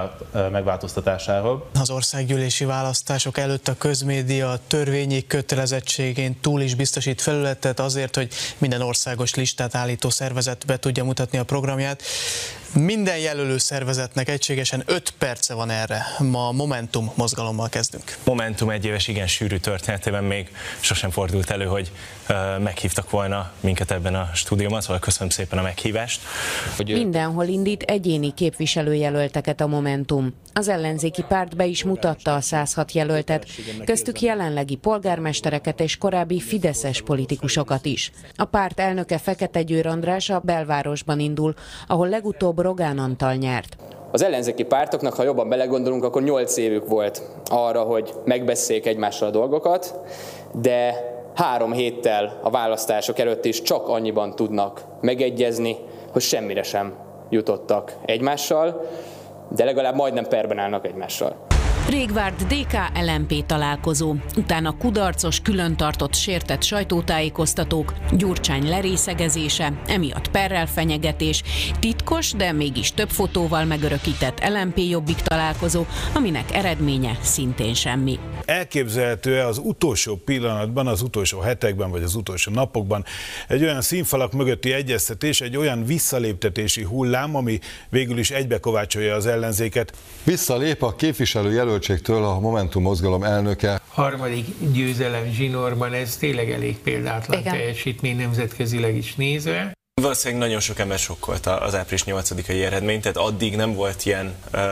megváltoztatásáról. Az országgyűlési választások előtt a közmédia törvényi kötelezettségén túl is biztosít felületet azért, hogy minden országos listát állító szervezet be tudja mutatni a programját. Minden jelölő szervezetnek egységesen 5 perce van erre. Ma Momentum mozgalommal kezdünk. Momentum egyéves igen sűrű történetében még sosem fordult elő, hogy meghívtak volna minket ebben a stúdióban, szóval köszönöm szépen a meghívást. Mindenhol indít egyéni képviselőjelölteket a Momentum. Az ellenzéki párt be is mutatta a 106 jelöltet, köztük jelenlegi polgármestereket és korábbi fideszes politikusokat is. A párt elnöke Fekete Győr András a belvárosban indul, ahol legutóbb Rogán Antal nyert. Az ellenzéki pártoknak, ha jobban belegondolunk, akkor 8 évük volt arra, hogy megbeszéljék egymással a dolgokat, de 3 héttel a választások előtt is csak annyiban tudnak megegyezni, hogy semmire sem jutottak egymással, de legalább majdnem perben állnak egymással. Rég várt DK-LMP találkozó, utána kudarcos, külön tartott sértett sajtótájékoztatók, Gyurcsány lerészegezése, emiatt perrel fenyegetés, titkos, de mégis több fotóval megörökített LMP-Jobbik találkozó, aminek eredménye szintén semmi. Elképzelhető-e az utolsó pillanatban, az utolsó hetekben vagy az utolsó napokban egy olyan színfalak mögötti egyeztetés, egy olyan visszaléptetési hullám, ami végül is egybekovácsolja az ellenzéket? Visszalép a képviselőjelöltségtől a Momentum mozgalom elnöke. Harmadik győzelem zsinórban, ez tényleg elég példátlan teljesítmény nemzetközileg is nézve. Valószínűleg nagyon sok ember sokkolt az április 8-ai eredmény, tehát addig nem volt ilyen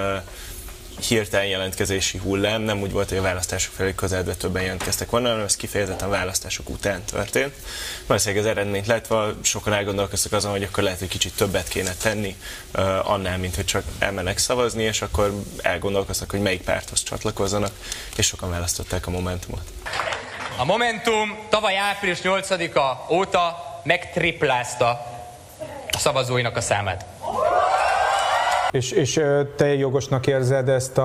hirtelen jelentkezési hullám, nem úgy volt, hogy a választások felé közelbe többen jelentkeztek volna, hanem ez kifejezetten választások után történt. Valószínűleg az eredményt látva sokan elgondolkoztak azon, hogy akkor lehet, hogy kicsit többet kéne tenni annál, mint hogy csak elmennek szavazni, és akkor elgondolkoztak, hogy melyik párthoz csatlakozzanak, és sokan választották a Momentumot. A Momentum tavaly április 8-a óta megtriplázta a szavazóinak a számát. És te jogosnak érzed ezt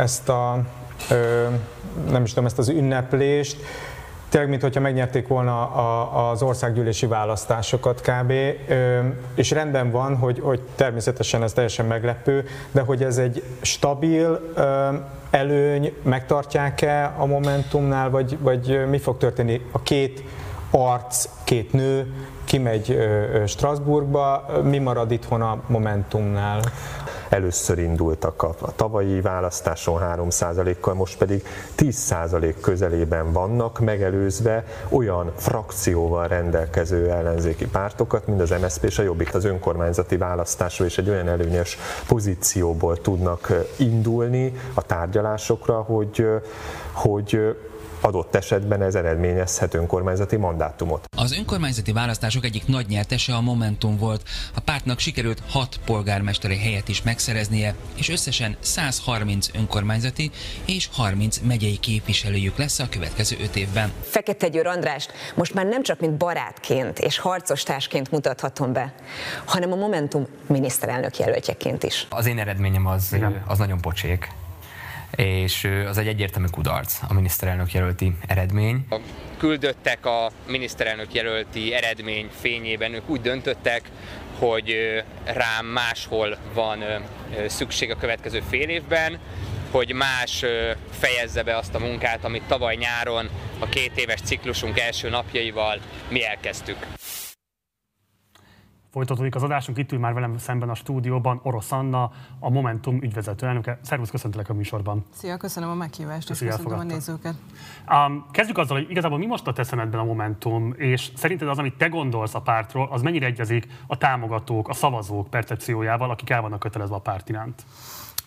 az ünneplést, tényleg, mintha megnyerték volna az országgyűlési választásokat kb. És rendben van, hogy természetesen ez teljesen meglepő, de hogy ez egy stabil előny, megtartják-e a Momentumnál, vagy mi fog történni? A 2 arc, 2 nő kimegy Strasbourgba, mi marad itthon a Momentumnál? Először indultak a tavalyi választáson 3%-kal, most pedig 10% közelében vannak, megelőzve olyan frakcióval rendelkező ellenzéki pártokat, mint az MSZP és a Jobbik. Az önkormányzati választásról és egy olyan előnyös pozícióból tudnak indulni a tárgyalásokra, hogy adott esetben ez eredményezhet önkormányzati mandátumot. Az önkormányzati választások egyik nagy nyertese a Momentum volt. A pártnak sikerült 6 polgármesteri helyet is megszereznie, és összesen 130 önkormányzati és 30 megyei képviselőjük lesz a következő 5 évben. Fekete Győr Andrást most már nem csak mint barátként és harcostársként mutathatom be, hanem a Momentum miniszterelnök jelöltjeként is. Az én eredményem az nagyon pocsék. És az egy egyértelmű kudarc, a miniszterelnök jelölti eredmény. A küldöttek a miniszterelnök jelölti eredmény fényében, ők úgy döntöttek, hogy rám máshol van szükség a következő fél évben, hogy más fejezze be azt a munkát, amit tavaly nyáron a 2 éves ciklusunk első napjaival mi elkezdtük. Folytatódik az adásunk, itt ül már velem szemben a stúdióban Orosz Anna, a Momentum ügyvezető elnöke. Szervusz, köszöntelek a műsorban. Szia, köszönöm a meghívást, és köszöntöm a nézőket. Kezdjük azzal, hogy igazából mi most a te szemedben a Momentum, és szerinted az, amit te gondolsz a pártról, az mennyire egyezik a támogatók, a szavazók percepciójával, akik el vannak kötelezve a párt iránt?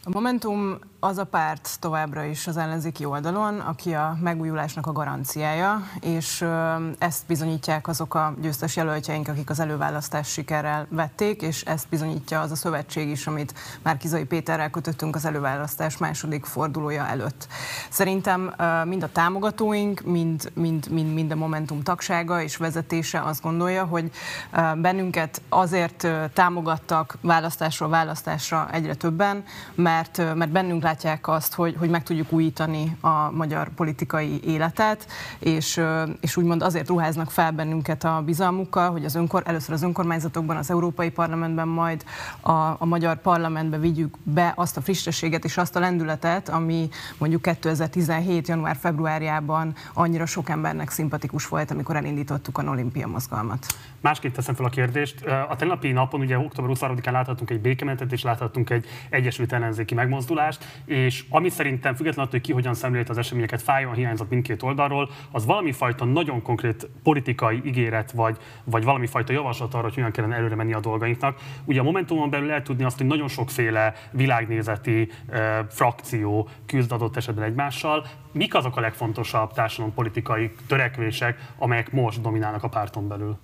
A Momentum az a párt továbbra is az ellenzéki oldalon, aki a megújulásnak a garanciája, és ezt bizonyítják azok a győztes jelöltjeink, akik az előválasztást sikerrel vették, és ezt bizonyítja az a szövetség is, amit Márki-Zay Péterrel kötöttünk az előválasztás második fordulója előtt. Szerintem mind a támogatóink, mind a Momentum tagsága és vezetése azt gondolja, hogy bennünket azért támogattak választásról választásra egyre többen, mert bennünk látják azt, hogy meg tudjuk újítani a magyar politikai életet, és úgymond azért ruháznak fel bennünket a bizalmukkal, hogy először az önkormányzatokban, az Európai Parlamentben, majd a magyar parlamentbe vigyük be azt a frissességet és azt a lendületet, ami mondjuk 2017. január-februárjában annyira sok embernek szimpatikus volt, amikor elindítottuk a Olimpia mozgalmat. Másképp teszem fel a kérdést. A tegnapi napon, ugye október 23-án láthattunk egy békemenetet, és láthattunk egy egyesült ellenzéki megmozdulást, és ami szerintem függetlenül attól, hogy ki hogyan szemlélte az eseményeket, fájóan hiányzott mindkét oldalról, az valami fajta nagyon konkrét politikai ígéret, vagy valami fajta javaslat arra, hogy hogyan kellene előre menni a dolgainknak. Ugye a Momentumon belül lehet tudni azt, hogy nagyon sokféle világnézeti frakció küzd adott esetben egymással. Mik azok a legfontosabb társadalompolitikai törekvések, amelyek most dominálnak a párton belül?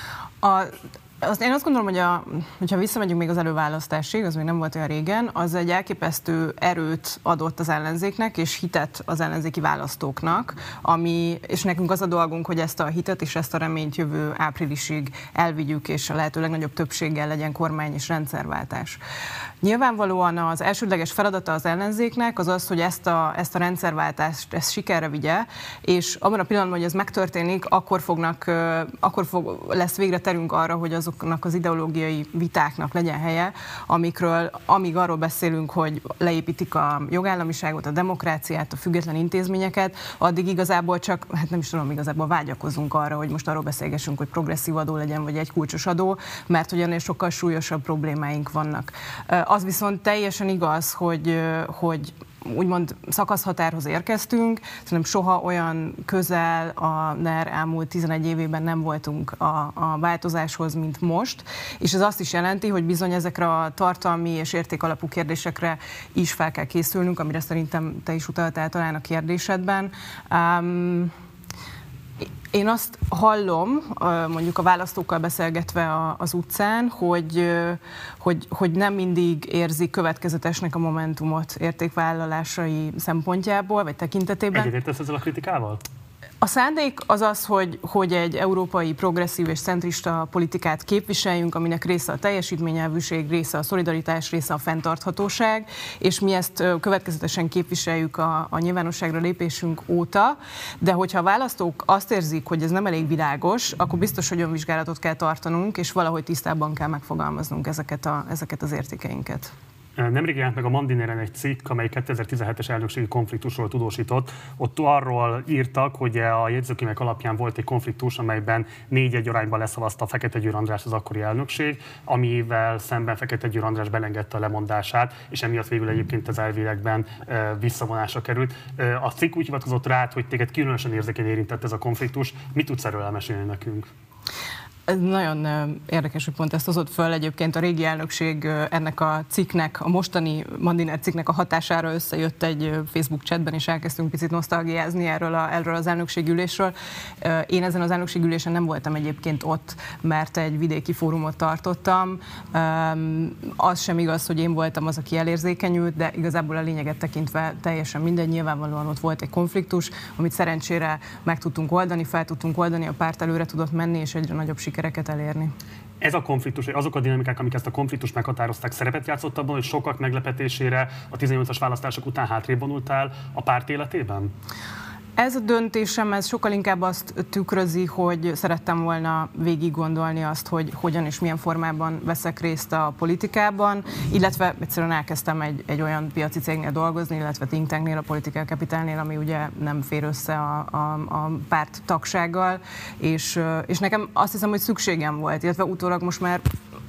Én azt gondolom, hogyha visszamegyünk még az előválasztásig, az még nem volt olyan régen, az egy elképesztő erőt adott az ellenzéknek, és hitet az ellenzéki választóknak, és nekünk az a dolgunk, hogy ezt a hitet és ezt a reményt jövő áprilisig elvigyük, és a lehető legnagyobb többséggel legyen kormány és rendszerváltás. Nyilvánvalóan az elsődleges feladata az ellenzéknek az az, hogy ezt a rendszerváltást sikerre vigye, és abban a pillanatban, hogy ez megtörténik, lesz végre terünk arra, hogy azoknak az ideológiai vitáknak legyen helye, amíg arról beszélünk, hogy leépítik a jogállamiságot, a demokráciát, a független intézményeket, addig igazából csak, igazából vágyakozunk arra, hogy most arról beszélgessünk, hogy progresszív adó legyen, vagy egy kulcsos adó, mert hogy ennél sokkal súlyosabb problémáink vannak. Az viszont teljesen igaz, hogy úgymond szakaszhatárhoz érkeztünk, szerintem soha olyan közel a NER elmúlt 11 évében nem voltunk a változáshoz, mint most, és ez azt is jelenti, hogy bizony ezekre a tartalmi és értékalapú kérdésekre is fel kell készülnünk, amire szerintem te is utaltál talán a kérdésedben. Én azt hallom, mondjuk a választókkal beszélgetve az utcán, hogy nem mindig érzik következetesnek a Momentumot értékvállalásai szempontjából, vagy tekintetében. Egyetértesz ezzel a kritikával? A szándék az az, hogy egy európai progresszív és centrista politikát képviseljünk, aminek része a teljesítményelvűség, része a szolidaritás, része a fenntarthatóság, és mi ezt következetesen képviseljük a nyilvánosságra lépésünk óta, de hogyha a választók azt érzik, hogy ez nem elég világos, akkor biztos, hogy önvizsgálatot kell tartanunk, és valahogy tisztában kell megfogalmaznunk ezeket az értékeinket. Nemrég jelent meg a Mandinéren egy cikk, amely 2017-es elnökségi konfliktusról tudósított. Ott arról írtak, hogy a jegyzőkönyvek alapján volt egy konfliktus, amelyben 4-1 arányban leszavazta Fekete Győr András az akkori elnökség, amivel szemben Fekete Győr András belengedte a lemondását, és emiatt végül egyébként az elvilegben visszavonásra került. A cikk úgy hivatkozott rá, hogy téged különösen érzékeny érintett ez a konfliktus. Mit tudsz erről elmesélni nekünk? Ez nagyon érdekes, hogy pont ezt hozott föl egyébként a régi elnökség ennek a cikknek, a mostani Mandiner cikknek a hatására összejött egy Facebook chatben, és elkezdtünk picit nosztalgiázni erről az elnökségülésről. Én ezen az elnökségülésen nem voltam egyébként ott, mert egy vidéki fórumot tartottam. Az sem igaz, hogy én voltam az, aki elérzékenyült, de igazából a lényeget tekintve teljesen mindegy. Nyilvánvalóan ott volt egy konfliktus, amit szerencsére meg tudtunk oldani, fel tudtunk oldani, a párt előre tudott menni, és egyre nagyobb sikereket elérni. Ez a konfliktus, vagy azok a dinamikák, amik ezt a konfliktust meghatározták, szerepet játszott abban, hogy sokak meglepetésére a 18-as választások után hátrébb vonultál a párt életében? Ez a döntésem, ez sokkal inkább azt tükrözi, hogy szerettem volna végig gondolni azt, hogy hogyan és milyen formában veszek részt a politikában, illetve egyszerűen elkezdtem egy olyan piaci cégnél dolgozni, illetve think tanknél, a Political Capitalnél, ami ugye nem fér össze a párt tagsággal, és nekem azt hiszem, hogy szükségem volt, illetve utólag most már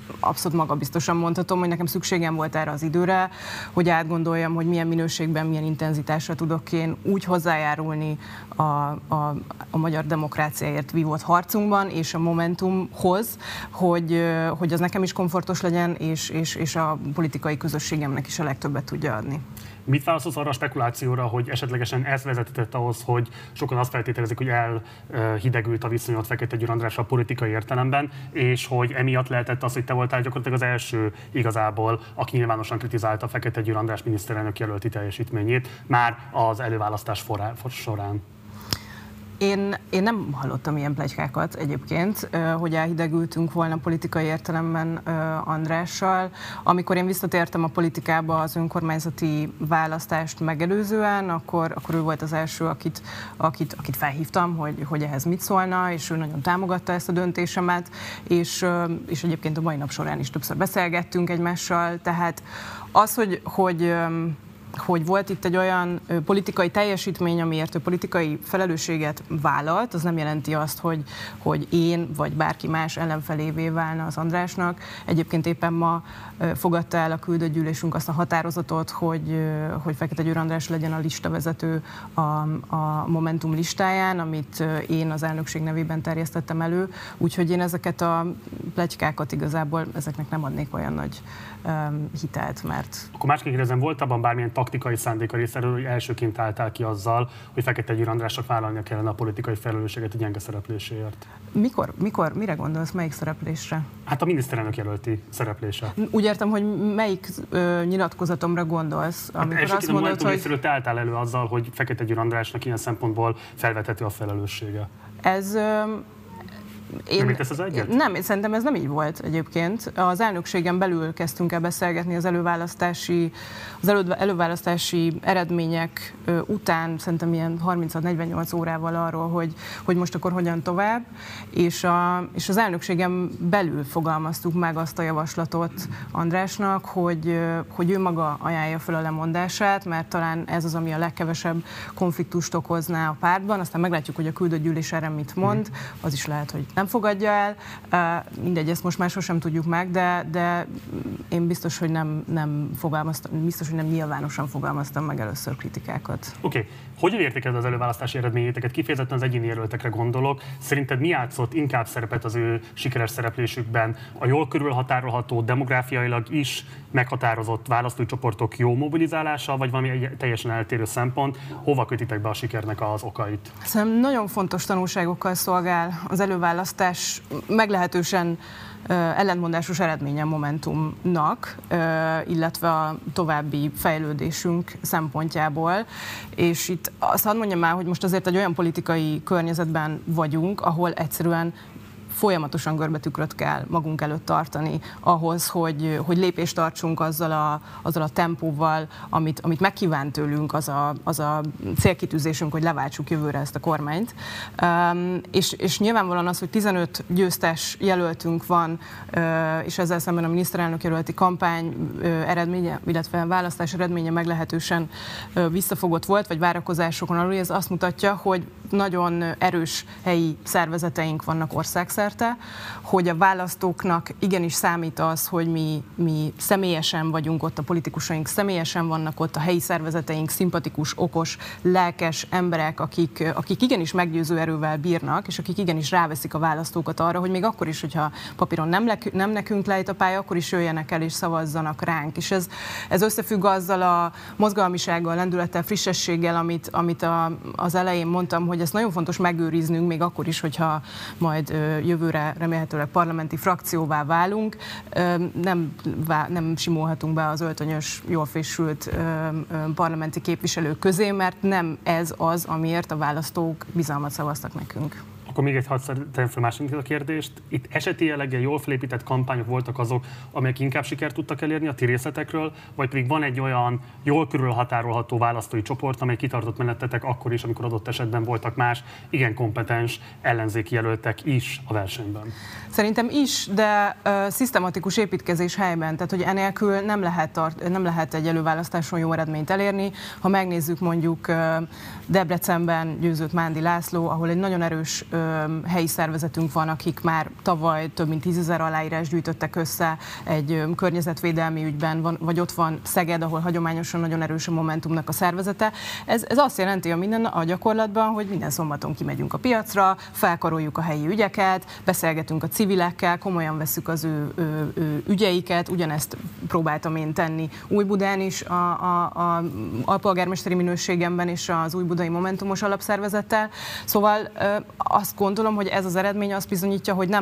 abszolút magabiztosan mondhatom, hogy nekem szükségem volt erre az időre, hogy átgondoljam, hogy milyen minőségben, milyen intenzitásra tudok én úgy hozzájárulni a magyar demokráciáért vívott harcunkban, és a Momentumhoz, hogy az nekem is komfortos legyen, és a politikai közösségemnek is a legtöbbet tudja adni. Mit válaszolsz arra a spekulációra, hogy esetlegesen ez vezetett ahhoz, hogy sokan azt feltételezik, hogy elhidegült a viszonyat Fekete Győr Andrással politikai értelemben, és hogy emiatt lehetett az, hogy te voltál gyakorlatilag az első igazából, aki nyilvánosan kritizálta Fekete Győr András miniszterelnök jelölti teljesítményét már az előválasztás során? Én nem hallottam ilyen pletykákat egyébként, hogy elhidegültünk volna politikai értelemben Andrással. Amikor én visszatértem a politikába az önkormányzati választást megelőzően, akkor ő volt az első, akit felhívtam, hogy ehhez mit szólna, és ő nagyon támogatta ezt a döntésemet, és egyébként a mai nap során is többször beszélgettünk egymással. Tehát az, hogy volt itt egy olyan politikai teljesítmény, amiért ő politikai felelősséget vállalt, az nem jelenti azt, hogy én vagy bárki más ellenfelévé válna az Andrásnak. Egyébként éppen ma fogadta el a küldött gyűlésünk azt a határozatot, hogy Fekete Győr András legyen a listavezető a Momentum listáján, amit én az elnökség nevében terjesztettem elő. Úgyhogy én ezeket a pletykákat igazából ezeknek nem adnék olyan nagy hitelt, mert... Akkor másként kérdezem, volt abban bármilyen taktikai szándéka részéről, hogy elsőként álltál ki azzal, hogy Fekete Győr Andrásnak vállalnia kellene a politikai felelősséget a gyenge szerepléséért? Mikor? Mire gondolsz? Melyik szereplésre? Hát a miniszterelnök jelölti szereplése. Úgy értem, hogy melyik nyilatkozatomra gondolsz, amikor azt mondod, hogy... te álltál elő azzal, hogy Fekete Győr Andrásnak ilyen szempontból felvethető a felelőssége. Ez... Nem, szerintem ez nem így volt egyébként. Az elnökségen belül kezdtünk el beszélgetni az előválasztási eredmények után, szerintem ilyen 36-48 órával arról, hogy most akkor hogyan tovább, és az elnökségen belül fogalmaztuk meg azt a javaslatot Andrásnak, hogy ő maga ajánlja fel a lemondását, mert talán ez az, ami a legkevesebb konfliktust okozná a pártban, aztán meglátjuk, hogy a küldött gyűlés erre mit mond, az is lehet, hogy nem fogadja el. Mindegy, ezt most már sosem tudjuk meg, de én biztos, hogy nem nyilvánosan fogalmaztam meg először kritikákat. Oké. Hogyan értékeled az előválasztási eredményéteket? Kifejezetten az egyéni jelöltekre gondolok. Szerinted mi játszott inkább szerepet az ő sikeres szereplésükben? A jól körülhatárolható, demográfiailag is meghatározott választói csoportok jó mobilizálása, vagy valami teljesen eltérő szempont? Hova kötitek be a sikernek az okait? Szerintem nagyon fontos tanulságokkal szolgál az előválasztás meglehetősen ellentmondásos eredménye Momentumnak, illetve a további fejlődésünk szempontjából. És itt azt hadd mondjam már, hogy most azért egy olyan politikai környezetben vagyunk, ahol egyszerűen folyamatosan görbetükröt kell magunk előtt tartani ahhoz, hogy lépést tartsunk azzal a tempóval, amit megkívánt tőlünk, az a célkitűzésünk, hogy leváltsuk jövőre ezt a kormányt. És nyilvánvalóan az, hogy 15 győztes jelöltünk van, és ezzel szemben a miniszterelnök jelölti kampány eredménye, illetve választás eredménye meglehetősen visszafogott volt, vagy várakozásokon alul, ez azt mutatja, hogy nagyon erős helyi szervezeteink vannak országszerte, hogy a választóknak igenis számít az, hogy mi személyesen vagyunk ott, a politikusaink személyesen vannak ott, a helyi szervezeteink szimpatikus, okos, lelkes emberek, akik igenis meggyőző erővel bírnak, és akik igenis ráveszik a választókat arra, hogy még akkor is, hogyha papíron nem nekünk lejt a pálya, akkor is jöjjenek el és szavazzanak ránk. És ez összefügg azzal a mozgalmisággal, lendülettel, frissességgel, amit az elején mondtam, hogy ezt nagyon fontos megőriznünk, még akkor is, hogyha majd jövőre remélhetőleg parlamenti frakcióvá válunk. Nem simulhatunk be az öltönyös, jól fésült parlamenti képviselők közé, mert nem ez az, amiért a választók bizalmat szavaztak nekünk. Akkor még egy hadd tegyem fel másik a kérdést. Itt eseti jelleggel jól felépített kampányok voltak azok, amelyek inkább sikert tudtak elérni a ti részletekről, vagy pedig van egy olyan jól körülhatárolható választói csoport, amely kitartott mellettetek akkor is, amikor adott esetben voltak más, igen kompetens ellenzéki jelöltek is a versenyben? Szerintem is, de szisztematikus építkezés helyben, tehát hogy enélkül nem lehet egy előválasztáson jó eredményt elérni. Ha megnézzük mondjuk Debrecenben győzött Mándi László, ahol egy nagyon erős helyi szervezetünk van, akik már tavaly több mint 10 000 aláírás gyűjtöttek össze egy környezetvédelmi ügyben, vagy ott van Szeged, ahol hagyományosan nagyon erős a Momentumnak a szervezete. Ez azt jelenti a gyakorlatban, hogy minden szombaton kimegyünk a piacra, felkaroljuk a helyi ügyeket, beszélgetünk a civilekkel, komolyan vesszük az ő ügyeiket, ugyanezt próbáltam én tenni Újbudán is, a alpolgármesteri minőségemben és az újbudai Momentumos alapszervezettel. Szóval azt gondolom, hogy ez az eredmény azt bizonyítja, hogy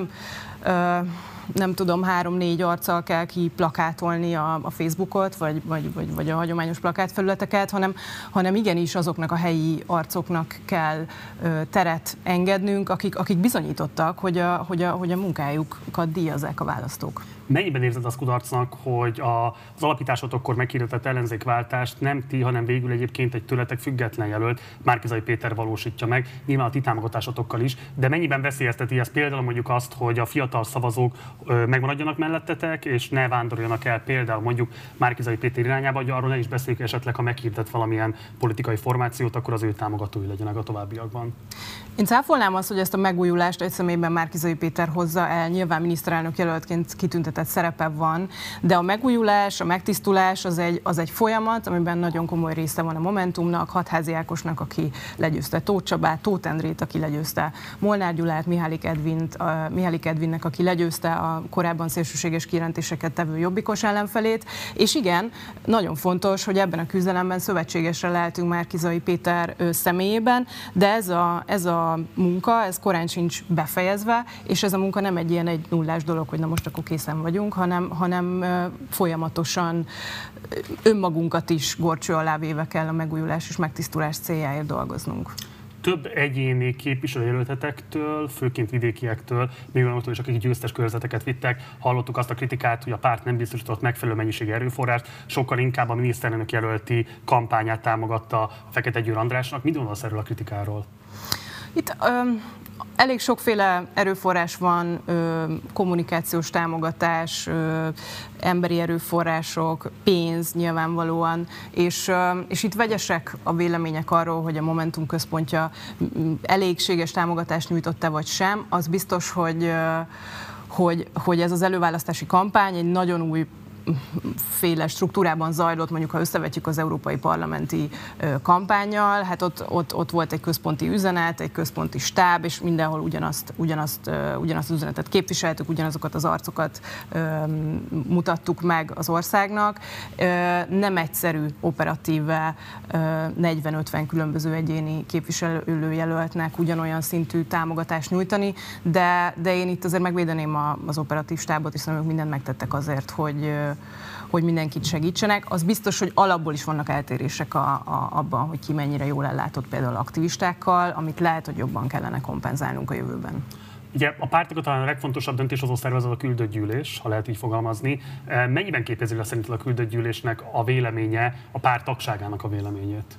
nem tudom, 3-4 arccal kell kiplakátolni a Facebookot, vagy a hagyományos plakátfelületeket, hanem igenis azoknak a helyi arcoknak kell teret engednünk, akik bizonyítottak, hogy a munkájukat díjazzák a választók. Mennyiben érzed azt kudarcnak, hogy az alapításotokkor meghirdetett ellenzékváltást nem ti, hanem végül egyébként egy tőletek független jelölt, Márki-Zay Péter valósítja meg, nyilván a ti támogatásotokkal is, de mennyiben veszélyezteti ez például mondjuk azt, hogy a fiatal szavazók megmaradjanak mellettetek, és ne vándoroljanak el például mondjuk Márki-Zay Péter irányába, hogy arról ne is beszéljük esetleg, ha meghirdet valamilyen politikai formációt, akkor az ő támogatói legyenek a továbbiakban. Én cáfolnám azt, hogy ezt a megújulást egy személyben Márki-Zay Péter hozza el, nyilván miniszterelnök jelöltként kitüntetett szerepe van, de a megújulás, a megtisztulás az egy folyamat, amiben nagyon komoly része van a Momentumnak, Hatházi Ákosnak, aki legyőzte Tóth Csabát, Tóth Endrét, aki legyőzte Molnár Gyulát, Mihály Edvinnek, aki legyőzte a korábban szélsőséges kijelentéseket tevő jobbikos ellenfelét, és igen, nagyon fontos, hogy ebben a küzdelemben szövetségesre lehetünk Márki-Zay Péter személyében, de ez a munka, ez korán sincs befejezve, és ez a munka nem egy ilyen egy nullás dolog, hogy na most akkor készen vagyunk, hanem folyamatosan önmagunkat is górcső alá véve kell a megújulás és megtisztulás céljáért dolgoznunk. Több egyéni képviselőjelöltetektől, főként vidékiektől, még olyanoktól is, akik győztes körzeteket vittek, hallottuk azt a kritikát, hogy a párt nem biztosított megfelelő mennyiségű erőforrást, sokkal inkább a miniszterelnök jelölti kampányát támogatta Fekete Győr Andrásnak. Mit gondolsz erről a kritikáról? Itt elég sokféle erőforrás van, kommunikációs támogatás, emberi erőforrások, pénz nyilvánvalóan, és itt vegyesek a vélemények arról, hogy a Momentum központja elégséges támogatást nyújtott-e vagy sem. Az biztos, hogy ez az előválasztási kampány egy nagyon új féle struktúrában zajlott, mondjuk ha összevetjük az európai parlamenti kampánnyal, hát ott volt egy központi üzenet, egy központi stáb, és mindenhol ugyanazt az üzenetet képviseltük, ugyanazokat az arcokat mutattuk meg az országnak. Nem egyszerű operatíve 40-50 különböző egyéni képviselőjelöltnek ugyanolyan szintű támogatást nyújtani, de én itt azért megvédeném az operatív stábot, hiszen ők mindent megtettek azért, hogy mindenkit segítsenek. Az biztos, hogy alapból is vannak eltérések abban, hogy ki mennyire jól ellátott például aktivistákkal, amit lehet, hogy jobban kellene kompenzálnunk a jövőben. Ugye a pártokat talán a legfontosabb döntéshozó szervezet a küldött gyűlés, ha lehet így fogalmazni. Mennyiben képezi le szerinted a küldött gyűlésnek a véleménye, a párt tagságának a véleményét?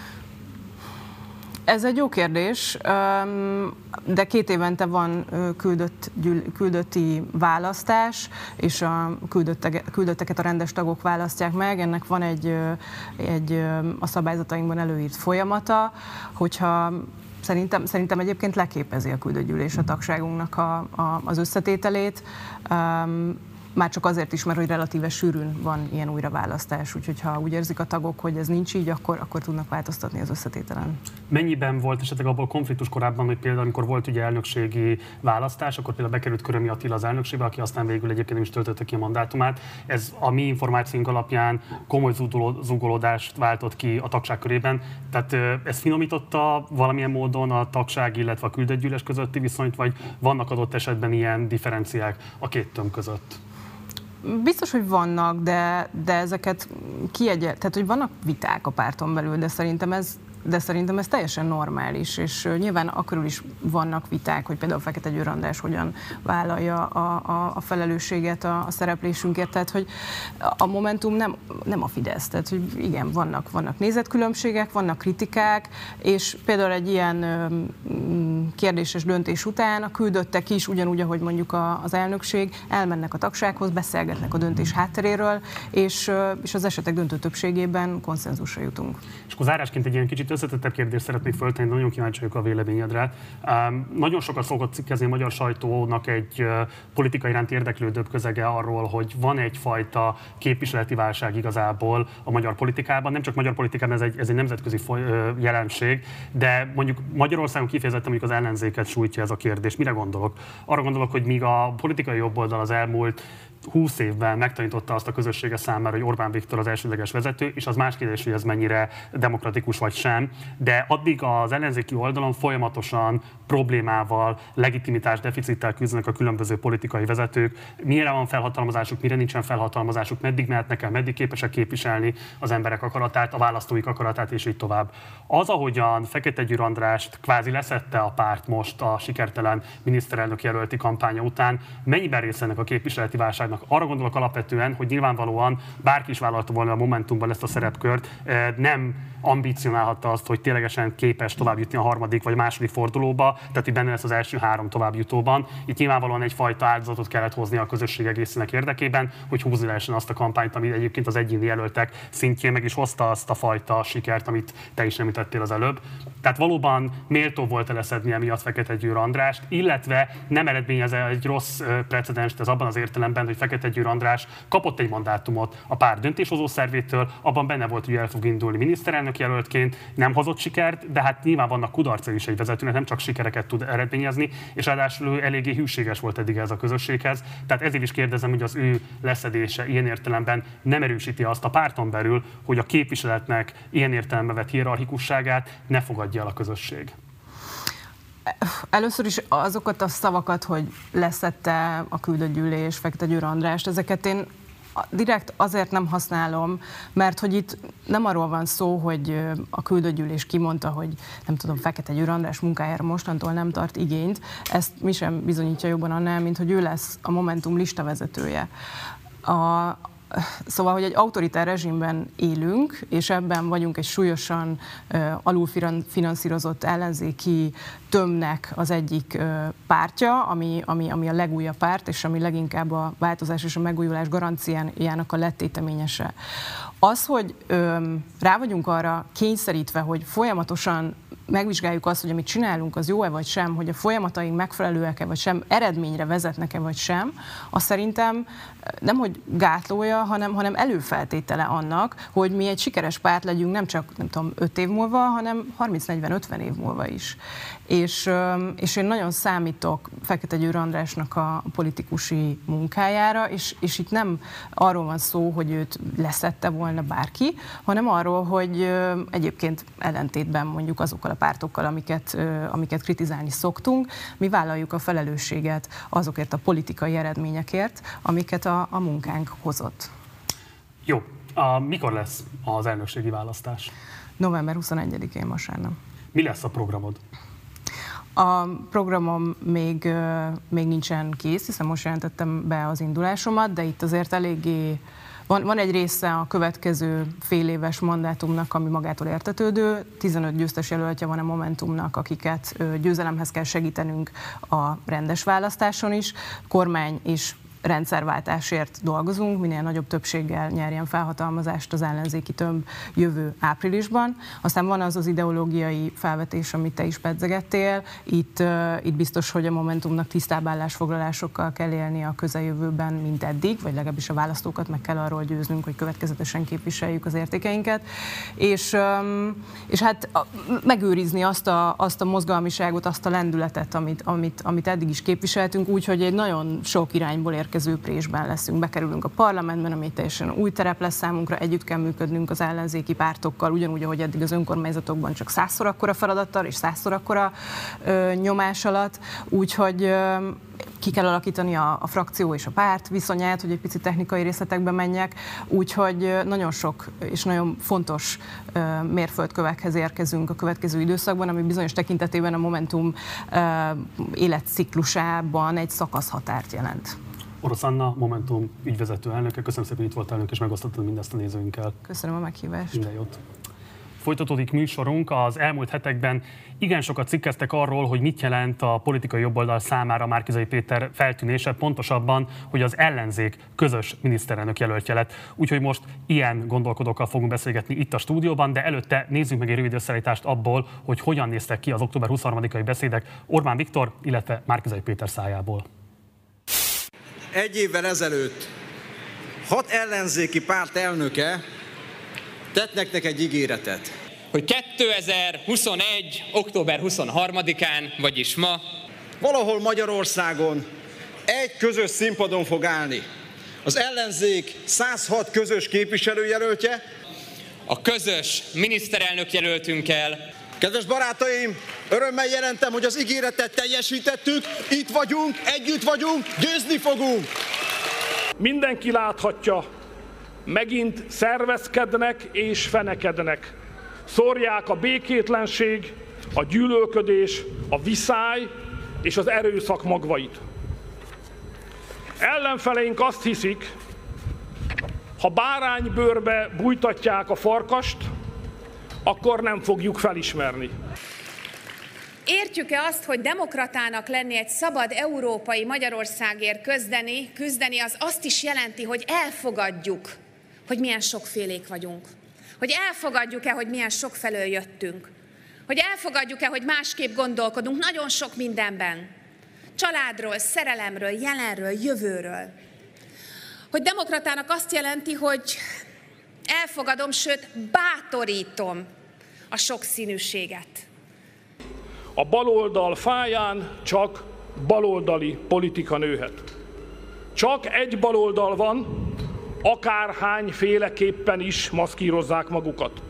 Ez egy jó kérdés, de 2 évente van küldötti választás, és a küldötteket a rendes tagok választják meg. Ennek van egy a szabályzatainkban előírt folyamata, hogyha Szerintem egyébként leképezi a küldött gyűlés a tagságunknak az összetételét. Már csak azért is, mert hogy relatíve sűrűn van ilyen újraválasztás, úgyhogy ha úgy érzik a tagok, hogy ez nincs így, akkor tudnak változtatni az összetételen. Mennyiben volt esetleg abból konfliktus korábban, hogy például amikor volt ugye elnökségi választás, akkor például bekerült Körömi Attila az elnökségbe, aki aztán végül egyébként nem is töltötte ki a mandátumát. Ez a mi információink alapján komoly zúgolódást váltott ki a tagság körében. Tehát ez finomította valamilyen módon a tagság, illetve a küldött gyűlés közötti viszonyt, vagy vannak adott esetben ilyen differenciák a két tömb között? Biztos, hogy vannak, de ezeket tehát hogy vannak viták a párton belül, de szerintem ez teljesen normális, és nyilván akkörül is vannak viták, hogy például Fekete Győr András hogyan vállalja a felelősséget a szereplésünkért, tehát hogy a Momentum nem a Fidesz, tehát hogy igen, vannak nézetkülönbségek, vannak kritikák, és például egy ilyen kérdéses döntés után a küldöttek is, ugyanúgy, ahogy mondjuk az elnökség, elmennek a tagsághoz, beszélgetnek a döntés hátteréről, és az esetek döntő többségében konszenzusra jutunk. És akkor zárásként egy ilyen kicsit összetettebb kérdést szeretnék föltenni, nagyon kíváncsi vagyok a véleményedre. Nagyon sokat szokott cikkezni a magyar sajtónak egy politika iránt érdeklődőbb közege arról, hogy van egyfajta képviseleti válság igazából a magyar politikában. Nem csak magyar politikában, ez egy nemzetközi jelenség, de mondjuk Magyarországon kifejezetten mondjuk az ellenzéket sújtja ez a kérdés. Mire gondolok? Arra gondolok, hogy míg a politikai jobboldal az elmúlt 20 évben megtanította azt a közössége számára, hogy Orbán Viktor az elsődleges vezető, és az más kérdés, hogy ez mennyire demokratikus vagy sem, de addig az ellenzéki oldalon folyamatosan problémával, legitimitás deficittel küzdenek a különböző politikai vezetők. Mire van felhatalmazásuk, mire nincsen felhatalmazásuk, meddig mehetnek el, meddig képesek képviselni az emberek akaratát, a választóik akaratát, és így tovább. Az, ahogyan Fekete Győr Andrást kvázi leszette a párt most a sikertelen miniszterelnök jelölti kampánya után, mennyiben része ennek a képviseleti válságnak? Arra gondolok alapvetően, hogy nyilvánvalóan bárki is vállalta volna a Momentumban ezt a szerepkört, nem ambicionálhatta azt, hogy ténylegesen képes tovább jutni a harmadik vagy második fordulóba, tehát itt benne lesz az első 3 továbbjutóban. Itt nyilvánvalóan egyfajta áldozatot kellett hozni a közösség egészének érdekében, hogy húzni lehessen azt a kampányt, ami egyébként az egyéni jelöltek szintjén meg is hozta azt a fajta sikert, amit te is említettél az előbb. Tehát valóban méltó volt leszedni emiatt Fekete Győr Andrást, illetve nem eredményez egy rossz precedenst ez abban az értelemben, hogy Fekete Győr András kapott egy mandátumot a párt döntéshozó szervétől, abban benne volt, hogy el fog indulni miniszterelnök jelöltként, nem hozott sikert, de hát nyilván vannak kudarcai is egy vezetőnek, nem csak sikereket tud eredményezni, és ráadásul eléggé hűséges volt eddig ez a közösséghez. Tehát ezért is kérdezem, hogy az ő leszedése ilyen értelemben nem erősíti azt a párton belül, hogy a képviseletnek ilyen értelemben vett hierarchikusságát ne fogadja el a közösség. Először is azokat a szavakat, hogy leszedte a küldött gyűlés Fekete Győr Andrást, ezeket én direkt azért nem használom, mert hogy itt nem arról van szó, hogy a küldött gyűlés kimondta, hogy nem tudom, Fekete Győr András munkájára mostantól nem tart igényt. Ezt mi sem bizonyítja jobban annál, mint hogy ő lesz a Momentum listavezetője. Szóval, hogy egy autoritár rezsimben élünk, és ebben vagyunk egy súlyosan alulfinanszírozott ellenzéki tömnek az egyik pártja, ami a legújabb párt, és ami leginkább a változás és a megújulás garanciájának a lettéteményese. Az, hogy rá vagyunk arra kényszerítve, hogy folyamatosan megvizsgáljuk azt, hogy amit csinálunk, az jó-e vagy sem, hogy a folyamataink megfelelőek-e vagy sem, eredményre vezetnek-e vagy sem, az szerintem nem hogy gátlója, hanem előfeltétele annak, hogy mi egy sikeres párt legyünk nem csak, nem tudom, 5 év múlva, hanem 30-40-50 év múlva is. És én nagyon számítok Fekete Győr Andrásnak a politikusi munkájára, és itt nem arról van szó, hogy őt leszedte volna bárki, hanem arról, hogy egyébként ellentétben mondjuk azokkal a pártokkal, amiket kritizálni szoktunk, mi vállaljuk a felelősséget azokért a politikai eredményekért, amiket a munkánk hozott. Jó. Mikor lesz az elnökségi választás? November 21-én vasárnap. Mi lesz a programod? A programom még nincsen kész, hiszen most jelentettem be az indulásomat, de itt azért eléggé van egy része a következő fél éves mandátumnak, ami magától értetődő. 15 győztes jelöltje van a Momentumnak, akiket győzelemhez kell segítenünk a rendes választáson is. Kormány és rendszerváltásért dolgozunk, minél nagyobb többséggel nyerjen felhatalmazást az ellenzéki tömb jövő áprilisban. Aztán van az ideológiai felvetés, amit te is pedzegettél. Itt biztos, hogy a Momentumnak tisztább állásfoglalásokkal kell élni a közeljövőben, mint eddig, vagy legalábbis a választókat meg kell arról győznünk, hogy következetesen képviseljük az értékeinket. És hát megőrizni azt a mozgalmiságot, azt a lendületet, amit eddig is képviseltünk, úgyhogy egy nagyon sok irányból érkező présben leszünk. Bekerülünk a parlamentben, ami teljesen új terep lesz számunkra, együtt kell működnünk az ellenzéki pártokkal, ugyanúgy, ahogy eddig az önkormányzatokban, csak 100-szor akkora feladattal és 100-szor akkora nyomás alatt. Úgyhogy ki kell alakítani a frakció és a párt viszonyát, hogy egy picit technikai részletekbe menjek. Úgyhogy nagyon sok és nagyon fontos mérföldkövekhez érkezünk a következő időszakban, ami bizonyos tekintetében a Momentum életciklusában egy szakaszhatárt jelent. Orosz Anna, Momentum ügyvezető elnöke. Köszönöm szépen, hogy itt volt elnök, és megosztottad mindezt a nézőinkkel. Köszönöm a meghívást. Minden jót. folytatódik műsorunk. Az elmúlt hetekben igen sokat cikkeztek arról, hogy mit jelent a politikai jobboldal számára Márki-Zay Péter feltűnése, pontosabban, hogy az ellenzék közös miniszterelnök jelöltje lett. Úgyhogy most ilyen gondolkodókkal fogunk beszélgetni itt a stúdióban, de előtte nézzünk meg egy rövid összeállítást abból, hogy hogyan néztek ki az október 23-ai beszédek Orbán Viktor, illetve Márki-Zay Péter szájából. Egy évvel ezelőtt 6 ellenzéki párt elnöke tett nektek egy ígéretet. Hogy 2021. október 23-án, vagyis ma, valahol Magyarországon egy közös színpadon fog állni az ellenzék 106 közös képviselőjelöltje, a közös miniszterelnök jelöltünkkel. Kedves barátaim, örömmel jelentem, hogy az ígéretet teljesítettük, itt vagyunk, együtt vagyunk, győzni fogunk! Mindenki láthatja, megint szervezkednek és fenekednek. Szórják a békétlenség, a gyűlölködés, a viszály és az erőszak magvait. Ellenfeleink azt hiszik, ha báránybőrbe bújtatják a farkast, akkor nem fogjuk felismerni. Értjük-e azt, hogy demokratának lenni, egy szabad európai Magyarországért küzdeni, az azt is jelenti, hogy elfogadjuk, hogy milyen sokfélék vagyunk. Hogy elfogadjuk-e, hogy milyen sokfelől jöttünk. Hogy elfogadjuk-e, hogy másképp gondolkodunk nagyon sok mindenben. Családról, szerelemről, jelenről, jövőről. Hogy demokratának azt jelenti, hogy elfogadom, sőt bátorítom a sokszínűséget. A baloldal fáján csak baloldali politika nőhet. Csak egy baloldal van, akárhányféleképpen is maszkírozzák magukat.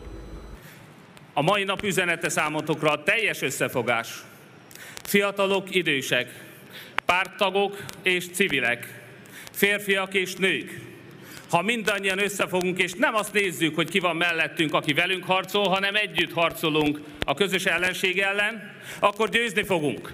A mai nap üzenete számotokra a teljes összefogás. Fiatalok, idősek, párttagok és civilek, férfiak és nők. Ha mindannyian összefogunk, és nem azt nézzük, hogy ki van mellettünk, aki velünk harcol, hanem együtt harcolunk a közös ellenség ellen, akkor győzni fogunk.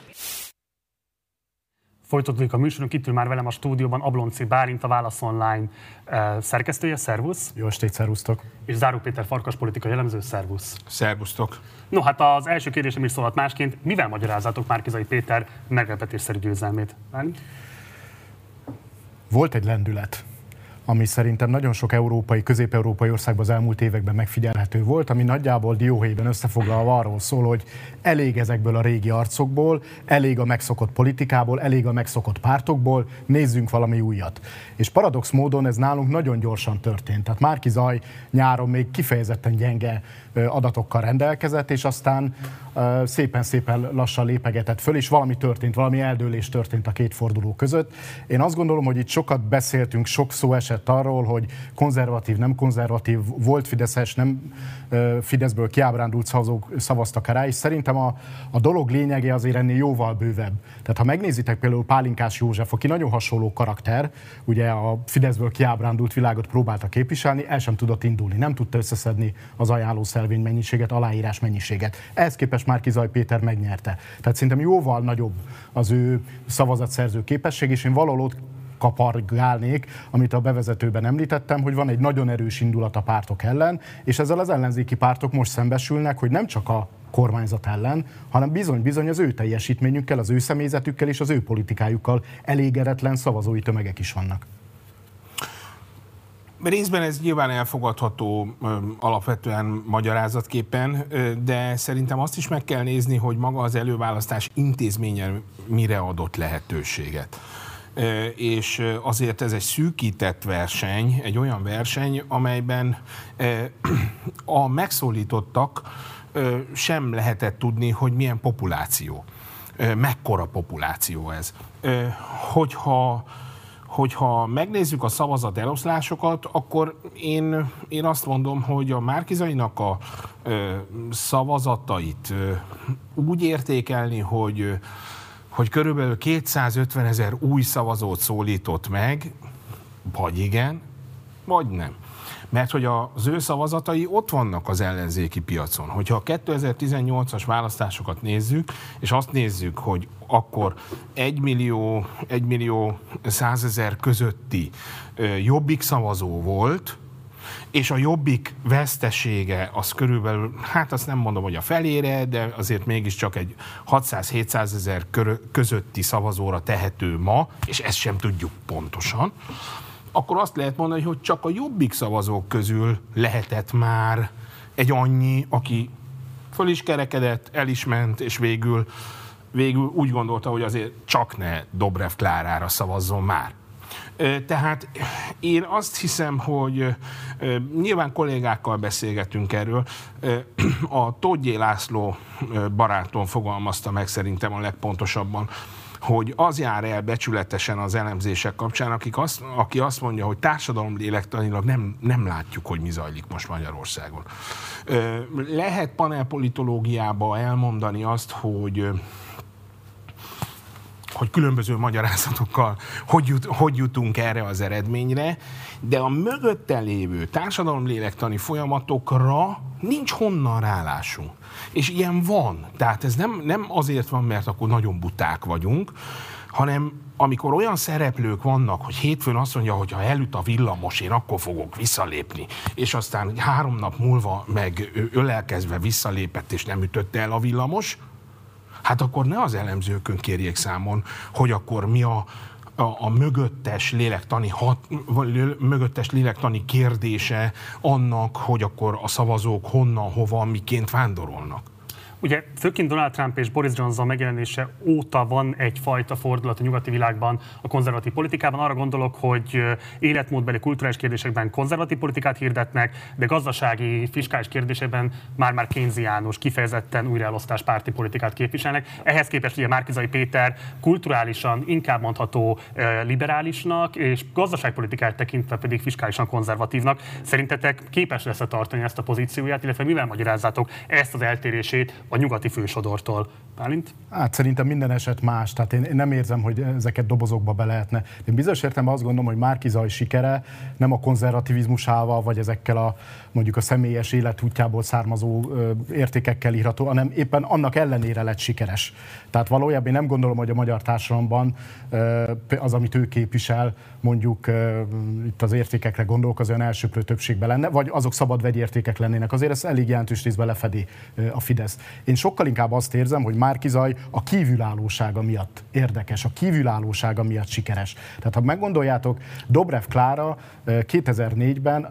Folytatódik a műsorunk, itt ül már velem a stúdióban Ablonczy Bálint, a Válasz Online szerkesztője, szervusz. Jó estét, szervusztok. És Záró Péter Farkas politikai elemző, szervusz. Szervusztok. No, hát az első kérdésem is szólhat másként. Mivel magyarázátok Márki-Zay Péter meglepetésszerű győzelmét? Volt egy lendület, ami szerintem nagyon sok európai, közép-európai országban az elmúlt években megfigyelhető volt, ami nagyjából dióhéjban összefoglalva arról szól, hogy elég ezekből a régi arcokból, elég a megszokott politikából, elég a megszokott pártokból, nézzünk valami újat. És paradox módon ez nálunk nagyon gyorsan történt. Tehát Márki-Zay nyáron még kifejezetten gyenge adatokkal rendelkezett, és aztán szépen lassan lépegetett föl, és valami történt, valami eldőlés történt a két forduló között. Én azt gondolom, hogy itt sokat beszéltünk, sok szó esett arról, hogy konzervatív, nem konzervatív, volt fideszes, nem Fideszből kiábrándult szavazók szavaztak rá, és szerintem a dolog lényege azért ennél jóval bővebb. Tehát ha megnézitek például Pálinkás József, aki nagyon hasonló karakter, ugye a Fideszből kiábrándult világot próbálta képviselni, el sem tudott indulni, nem tudta összeszedni az ajánlószervény mennyiséget, aláírás mennyiséget. Ehhez képest Márki-Zay Péter megnyerte. Tehát szerintem jóval nagyobb az ő szavazatszerző képesség, és én valahol ott kapargálnék, amit a bevezetőben említettem, hogy van egy nagyon erős indulat a pártok ellen, és ezzel az ellenzéki pártok most szembesülnek, hogy nem csak a kormányzat ellen, hanem bizony az ő teljesítményükkel, az ő személyzetükkel és az ő politikájukkal elégedetlen szavazói tömegek is vannak. Részben ez nyilván elfogadható alapvetően magyarázatképpen, de szerintem azt is meg kell nézni, hogy maga az előválasztás intézménye mire adott lehetőséget. És azért ez egy szűkített verseny, egy olyan verseny, amelyben a megszólítottak sem lehetett tudni, hogy milyen populáció, mekkora populáció ez. Hogyha megnézzük a szavazat eloszlásokat, akkor én azt mondom, hogy a Márki-Zaynak a szavazatait úgy értékelni, hogy körülbelül 250 000 új szavazót szólított meg, vagy igen, vagy nem. Mert hogy az ő szavazatai ott vannak az ellenzéki piacon. Hogyha a 2018-as választásokat nézzük, és azt nézzük, hogy akkor 1 millió 100 000 közötti Jobbik szavazó volt, és a Jobbik vesztesége az körülbelül, hát azt nem mondom, hogy a felére, de azért mégiscsak egy 600-700 ezer közötti szavazóra tehető ma, és ezt sem tudjuk pontosan, akkor azt lehet mondani, hogy csak a Jobbik szavazók közül lehetett már egy annyi, aki föl is kerekedett, el is ment, és végül úgy gondolta, hogy azért csak ne Dobrev Klárára szavazzon már. Tehát én azt hiszem, hogy nyilván kollégákkal beszélgetünk erről. A Tóth J. László barátom fogalmazta meg szerintem a legpontosabban, hogy az jár el becsületesen az elemzések kapcsán, aki azt mondja, hogy társadalomlélektanilag nem látjuk, hogy mi zajlik most Magyarországon. Lehet panelpolitológiába elmondani azt, hogy különböző magyarázatokkal hogy jutunk erre az eredményre, de a mögötte lévő társadalomlélektani folyamatokra nincs honnan rálásunk. És ilyen van. Tehát ez nem azért van, mert akkor nagyon buták vagyunk, hanem amikor olyan szereplők vannak, hogy hétfőn azt mondja, hogy ha elüt a villamos, én akkor fogok visszalépni, és aztán 3 nap múlva meg ölelkezve visszalépett, és nem ütötte el a villamos, hát akkor ne az elemzőkön kérjék számon, hogy akkor mi a mögöttes lélektani kérdése annak, hogy akkor a szavazók honnan, hova, miként vándorolnak. Ugye főként Donald Trump és Boris Johnson megjelenése óta van egyfajta fordulat a nyugati világban, a konzervatív politikában. Arra gondolok, hogy életmódbeli, kulturális kérdésekben konzervatív politikát hirdetnek, de gazdasági, fiskális kérdésekben már keynesiánus, kifejezetten újraelosztás párti politikát képviselnek. Ehhez képest ugye Márki-Zay Péter kulturálisan inkább mondható liberálisnak, és gazdaságpolitikát tekintve pedig fiskálisan konzervatívnak. Szerintetek képes lesz-e tartani ezt a pozícióját, illetve mivel magyarázzátok ezt az eltérését a nyugati fősodortól? Bálint? Hát szerintem minden eset más, tehát én nem érzem, hogy ezeket dobozokba be lehetne. Én bizonyos értelemben azt gondolom, hogy Márki-Zay sikere nem a konzervativizmusával, vagy ezekkel mondjuk a személyes életútjából származó értékekkel írható, hanem éppen annak ellenére lett sikeres. Tehát valójában én nem gondolom, hogy a magyar társadalomban az, amit ő képvisel, mondjuk itt az értékekre gondolok, az olyan elsöprő többségben lenne, vagy azok szabad vegyértékek lennének. Azért ez elég jelentős részben lefedi a Fidesz. Én sokkal inkább azt érzem, hogy Márki-Zay a kívülállósága miatt érdekes, a kívülállósága miatt sikeres. Tehát ha meggondoljátok, Dobrev Klára 2004-ben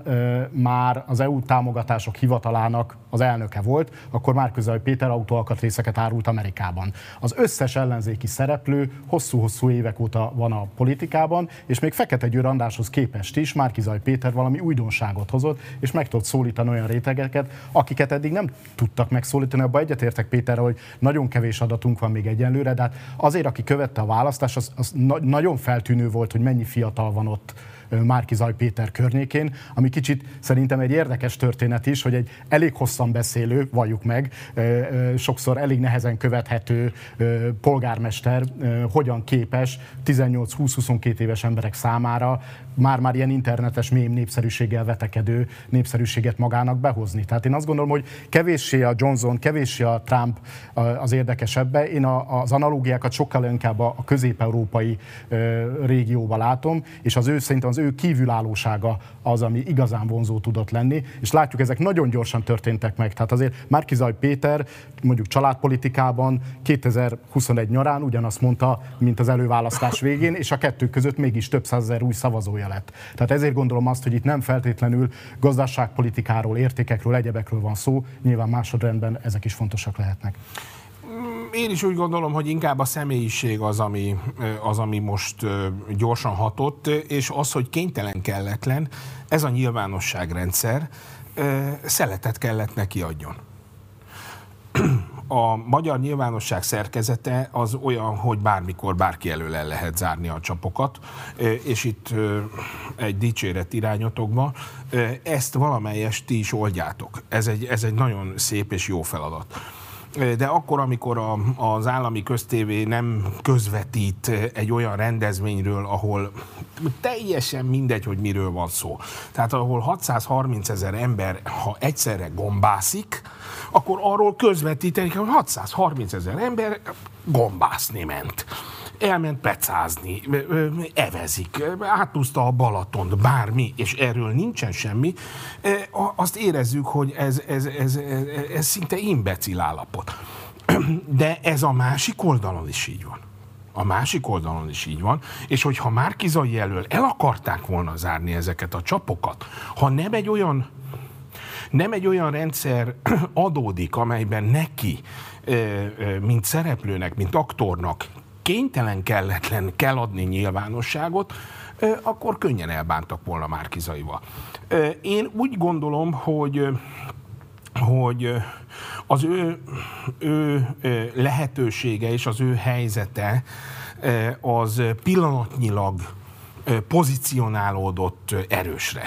már az EU támogatások hivatalának az elnöke volt, akkor Márki-Zay Péter autóalkatrészeket árult Amerikában. Az összes ellenzéki szereplő hosszú-hosszú évek óta van a politikában, és még Fekete Győr Andráshoz képest is Márki-Zay Péter valami újdonságot hozott, és meg tudott szólítani olyan rétegeket, akiket eddig nem tudtak megszólítani. Abba egyetértek Péterre, hogy nagyon kevés adatunk van még egyenlőre, de hát azért, aki követte a választást, az nagyon feltűnő volt, hogy mennyi fiatal van ott Márki-Zay Péter környékén, ami kicsit szerintem egy érdekes történet is, hogy egy elég hosszan beszélő, valljuk meg, sokszor elég nehezen követhető polgármester hogyan képes 18-20-22 éves emberek számára már ilyen internetes mém népszerűséggel vetekedő népszerűséget magának behozni. Tehát én azt gondolom, hogy kevéssé a Johnson, kevéssé a Trump az érdekesebbe. Én az analógiákat sokkal inkább a közép-európai régióba látom, és szerintem az ő kívülállósága az, ami igazán vonzó tudott lenni, és látjuk, ezek nagyon gyorsan történtek meg. Tehát azért Márki-Zay Péter mondjuk családpolitikában 2021 nyarán ugyanazt mondta, mint az előválasztás végén, és a kettő között mégis több százezer új szavazója lett. Tehát ezért gondolom azt, hogy itt nem feltétlenül gazdaságpolitikáról, értékekről, egyebekről van szó, nyilván másodrendben ezek is fontosak lehetnek. Én is úgy gondolom, hogy inkább a személyiség az, ami most gyorsan hatott, és az, hogy kénytelen kelletlen, ez a nyilvánosságrendszer szeletet kellett neki adjon. A magyar nyilvánosság szerkezete az olyan, hogy bármikor bárki elől el lehet zárni a csapokat, és itt egy dicséret irányotokba, ezt valamelyest ti is oldjátok. Ez egy nagyon szép és jó feladat. De akkor, amikor az állami köztévé nem közvetít egy olyan rendezvényről, ahol teljesen mindegy, hogy miről van szó. Tehát ahol 630 000 ember, ha egyszerre gombászik, akkor arról közvetíteni, hogy 630 000 ember gombászni ment. elment pecázni, evezik, átúszta a Balatont, bármi, és erről nincsen semmi, azt érezzük, hogy ez szinte imbecil állapot. De ez a másik oldalon is így van. A másik oldalon is így van, és hogyha Márki-Zay elől el akarták volna zárni ezeket a csapokat, ha nem egy olyan rendszer adódik, amelyben neki, mint szereplőnek, mint aktornak kénytelen, kelletlen kell adni nyilvánosságot, akkor könnyen elbántak volna Márki-Zayval. Én úgy gondolom, hogy az ő lehetősége és az ő helyzete az pillanatnyilag pozícionálódott erősre.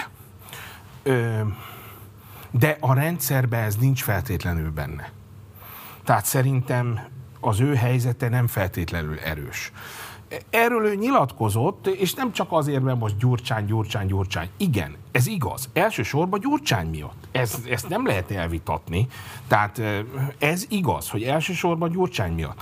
De a rendszerben ez nincs feltétlenül benne. Tehát szerintem az ő helyzete nem feltétlenül erős. Erről ő nyilatkozott, és nem csak azért, mert most Gyurcsány. Igen, ez igaz. Elsősorban Gyurcsány miatt. Ezt nem lehet elvitatni. Tehát ez igaz, hogy elsősorban Gyurcsány miatt.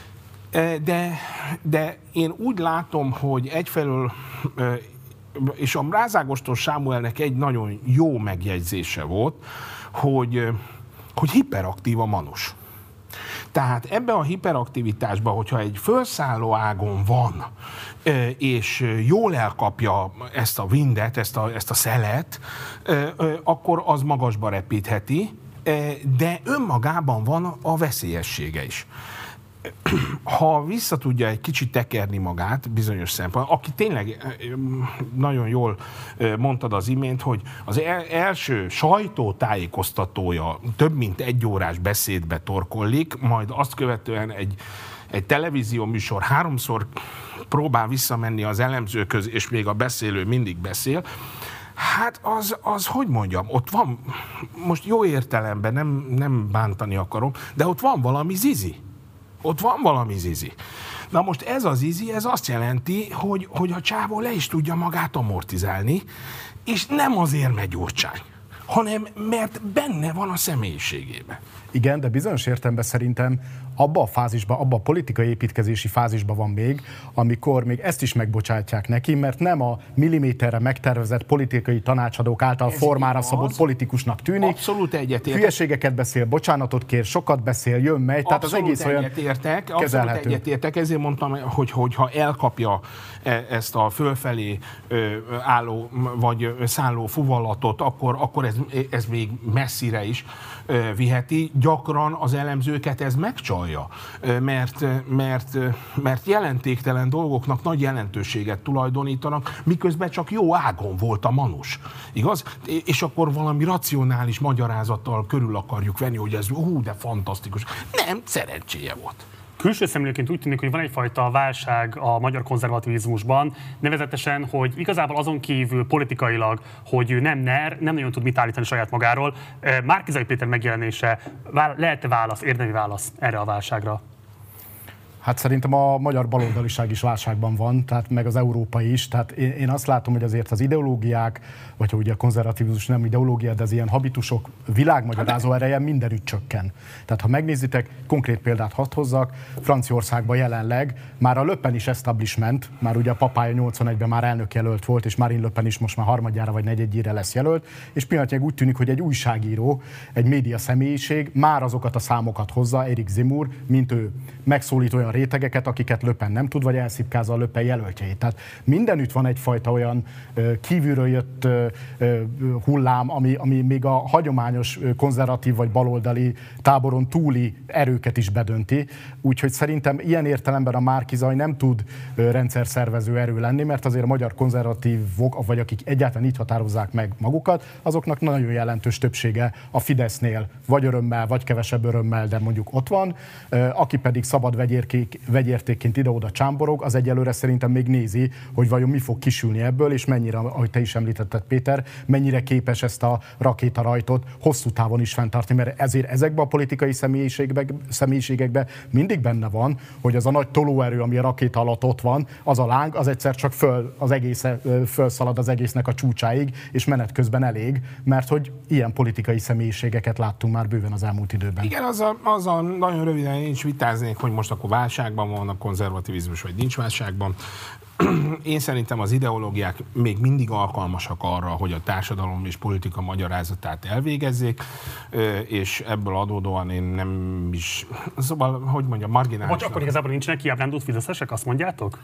De én úgy látom, hogy egyfelől, és a Rázágoston Sámuelnek egy nagyon jó megjegyzése volt, hogy hiperaktív a Manus. Tehát ebben a hiperaktivitásban, hogyha egy felszálló ágon van, és jól elkapja ezt a windet, ezt a szelet, akkor az magasba repítheti, de önmagában van a veszélyessége is. Ha vissza tudja egy kicsit tekerni magát bizonyos szempontból, aki tényleg nagyon jól mondtad az imént, hogy az első sajtótájékoztatója több mint 1 órás beszédbe torkollik, majd azt követően egy televízió műsor 3-szor próbál visszamenni az elemzőköz, és még a beszélő mindig beszél. Hát az hogy mondjam, ott van, most jó értelemben nem bántani akarom, de ott van valami zizi. Ott van valami zizi. Na most ez az zizi, ez azt jelenti, hogy a csávó le is tudja magát amortizálni, és nem azért megy Gyurcsány, hanem mert benne van a személyiségében. Igen, de bizonyos értelemben szerintem abba a fázisban, abba a politikai építkezési fázisban van még, amikor még ezt is megbocsátják neki, mert nem a milliméterre megtervezett politikai tanácsadók által ez formára szabott politikusnak tűnik. Abszolút egyetértek. Hülyeségeket beszél, bocsánatot kér, sokat beszél, jön, megy, tehát az egész olyan kezelhető. Abszolút egyetértek, ezért mondtam, hogy ha elkapja ezt a fölfelé álló vagy szálló fuvallatot, akkor ez még messzire is viheti. Gyakran az elemzőket ez megcsalja, mert jelentéktelen dolgoknak nagy jelentőséget tulajdonítanak, miközben csak jó ágon volt a Manus. Igaz? És akkor valami racionális magyarázattal körül akarjuk venni, hogy ez de fantasztikus. Nem, szerencséje volt. Külső szemlélőként úgy tűnik, hogy van egyfajta válság a magyar konzervativizmusban, nevezetesen, hogy igazából azon kívül politikailag, hogy ő nem nagyon tud mit állítani saját magáról. Márki-Zay Péter megjelenése lehet-e válasz, érdemi válasz erre a válságra? Hát szerintem a magyar baloldaliság is válságban van, tehát meg az európai is. Tehát én azt látom, hogy azért az ideológiák, vagy ha ugye a konzervativizmus nem ideológia, de az ilyen habitusok világmagyarázó ereje mindenütt csökken. Tehát ha megnézitek, konkrét példát hadd hozzak, Franciaországban jelenleg már a Le Pen is establishment, már ugye a papája 81-ben már elnökjelölt volt, és Marine Le Pen is most már harmadjára vagy negyedjére lesz jelölt, és pillanatnyilag úgy tűnik, hogy egy újságíró, egy média személyiség már azokat a számokat hozza, Éric Zemmour, mint ő megszólít olyan rétegeket, akiket Le Pen nem tud, vagy elszipkázza a Le Pen jelöltjeit. Tehát mindenütt van egyfajta olyan kívülről jött hullám, ami még a hagyományos konzervatív vagy baloldali táboron túli erőket is bedönti. Úgyhogy szerintem ilyen értelemben a Márki-Zay nem tud rendszerszervező erő lenni, mert azért a magyar konzervatívok, vagy akik egyáltalán így határozzák meg magukat, azoknak nagyon jelentős többsége a Fidesznél vagy örömmel, vagy kevesebb örömmel, de mondjuk ott van. Aki pedig szabad vegyértékként ide-oda csámborog, az egyelőre szerintem még nézi, hogy vajon mi fog kisülni ebből, és mennyire, ahogy te is említetted, Péter, mennyire képes ezt a rakétarajtot hosszú távon is fenntartani, mert ezért ezekben a politikai személyiségekben mindig benne van, hogy az a nagy tolóerő, ami a rakéta alatt ott van, az a láng, az egyszer csak fölszalad az egésznek a csúcsáig, és menet közben elég, mert hogy ilyen politikai személyiségeket láttunk már bőven az elmúlt időben. Igen, azzal nagyon röviden én is vitáznék, hogy most akkor válságban van a konzervativizmus, vagy nincs válságban. Én szerintem az ideológiák még mindig alkalmasak arra, hogy a társadalom és politika magyarázatát elvégezzék, és ebből adódóan én nem is, szóval, hogy mondjam, marginális. Vagy akkor igazából nincsenek kiábrándult fideszesek, azt mondjátok?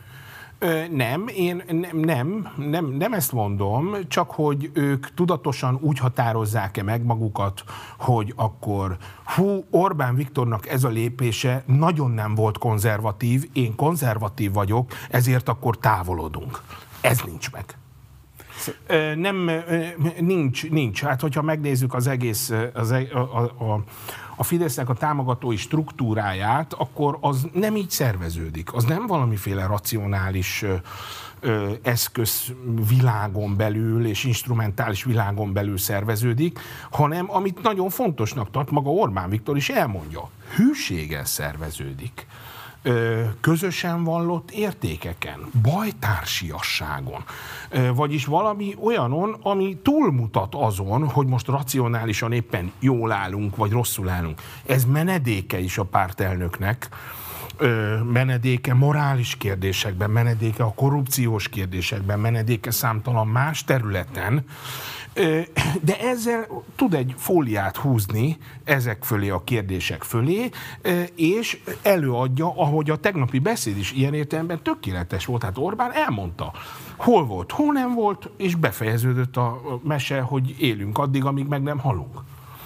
Nem ezt mondom, csak hogy ők tudatosan úgy határozzák-e meg magukat, hogy akkor Orbán Viktornak ez a lépése nagyon nem volt konzervatív, én konzervatív vagyok, ezért akkor távolodunk. Ez nincs meg. Nincs. Hát, hogyha megnézzük az egész, a Fidesznek a támogatói struktúráját, akkor az nem így szerveződik. Az nem valamiféle racionális eszközvilágon belül és instrumentális világon belül szerveződik, hanem amit nagyon fontosnak tart, maga Orbán Viktor is elmondja, hűséggel szerveződik. Közösen vallott értékeken, bajtársiasságon, vagyis valami olyanon, ami túlmutat azon, hogy most racionálisan éppen jól állunk, vagy rosszul állunk. Ez menedéke is a pártelnöknek, menedéke morális kérdésekben, menedéke a korrupciós kérdésekben, menedéke számtalan más területen, de ezzel tud egy fóliát húzni ezek fölé, a kérdések fölé, és előadja, ahogy a tegnapi beszéd is ilyen értelemben tökéletes volt. Hát Orbán elmondta, hol volt, hol nem volt, és befejeződött a mese, hogy élünk addig, amíg meg nem halunk.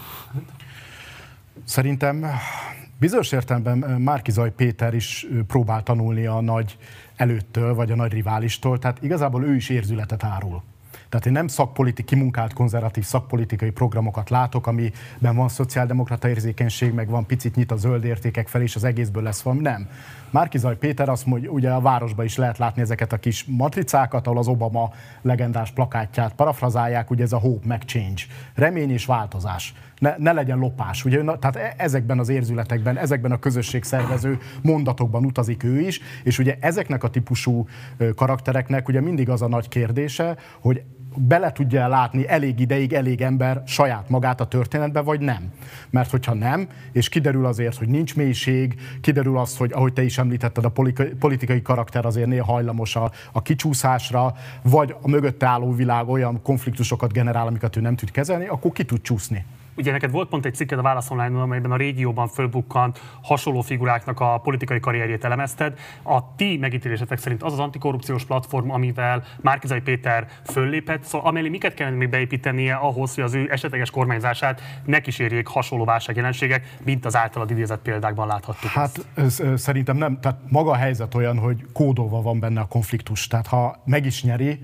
Szerintem bizonyos értelemben Márki-Zay Péter is próbál tanulni a nagy előttől, vagy a nagy riválistól, tehát igazából ő is érzületet árul. Tehát én nem kimunkált konzervatív szakpolitikai programokat látok, amiben van szociáldemokrata érzékenység, meg van picit nyit a zöld értékek felé, és az egészből lesz valami. Nem. Márki-Zay Péter azt mondja, ugye a városban is lehet látni ezeket a kis matricákat, ahol az Obama legendás plakátját parafrazálják, ugye ez a hope meg change. Remény és változás. Ne legyen lopás. Ugye, tehát ezekben az érzületekben, ezekben a közösségszervező mondatokban utazik ő is, és ugye ezeknek a típusú karaktereknek ugye mindig az a nagy kérdése, hogy bele tudja látni elég ideig elég ember saját magát a történetbe, vagy nem. Mert hogyha nem, és kiderül azért, hogy nincs mélység, kiderül az, hogy ahogy te is említetted, a politikai karakter azért néha hajlamos a kicsúszásra, vagy a mögötte álló világ olyan konfliktusokat generál, amiket ő nem tud kezelni, akkor ki tud csúszni. Ugye neked volt pont egy cikked a Válasz Online-on, amelyben a régióban fölbukkant hasonló figuráknak a politikai karrierjét elemezted. A ti megítélésetek szerint az az antikorrupciós platform, amivel Márki-Zay Péter föllépett, szóval amellé miket kellene még beépítenie ahhoz, hogy az ő esetleges kormányzását ne kísérjék hasonló válságjelenségek, mint az általad idézett példákban láthattuk. Hát szerintem nem, tehát maga a helyzet olyan, hogy kódolva van benne a konfliktus. Tehát ha meg is nyeri,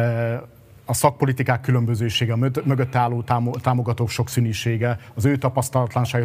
a szakpolitikák különbözősége, a mögött álló támogatók sokszínűsége, az ő tapasztalatlansága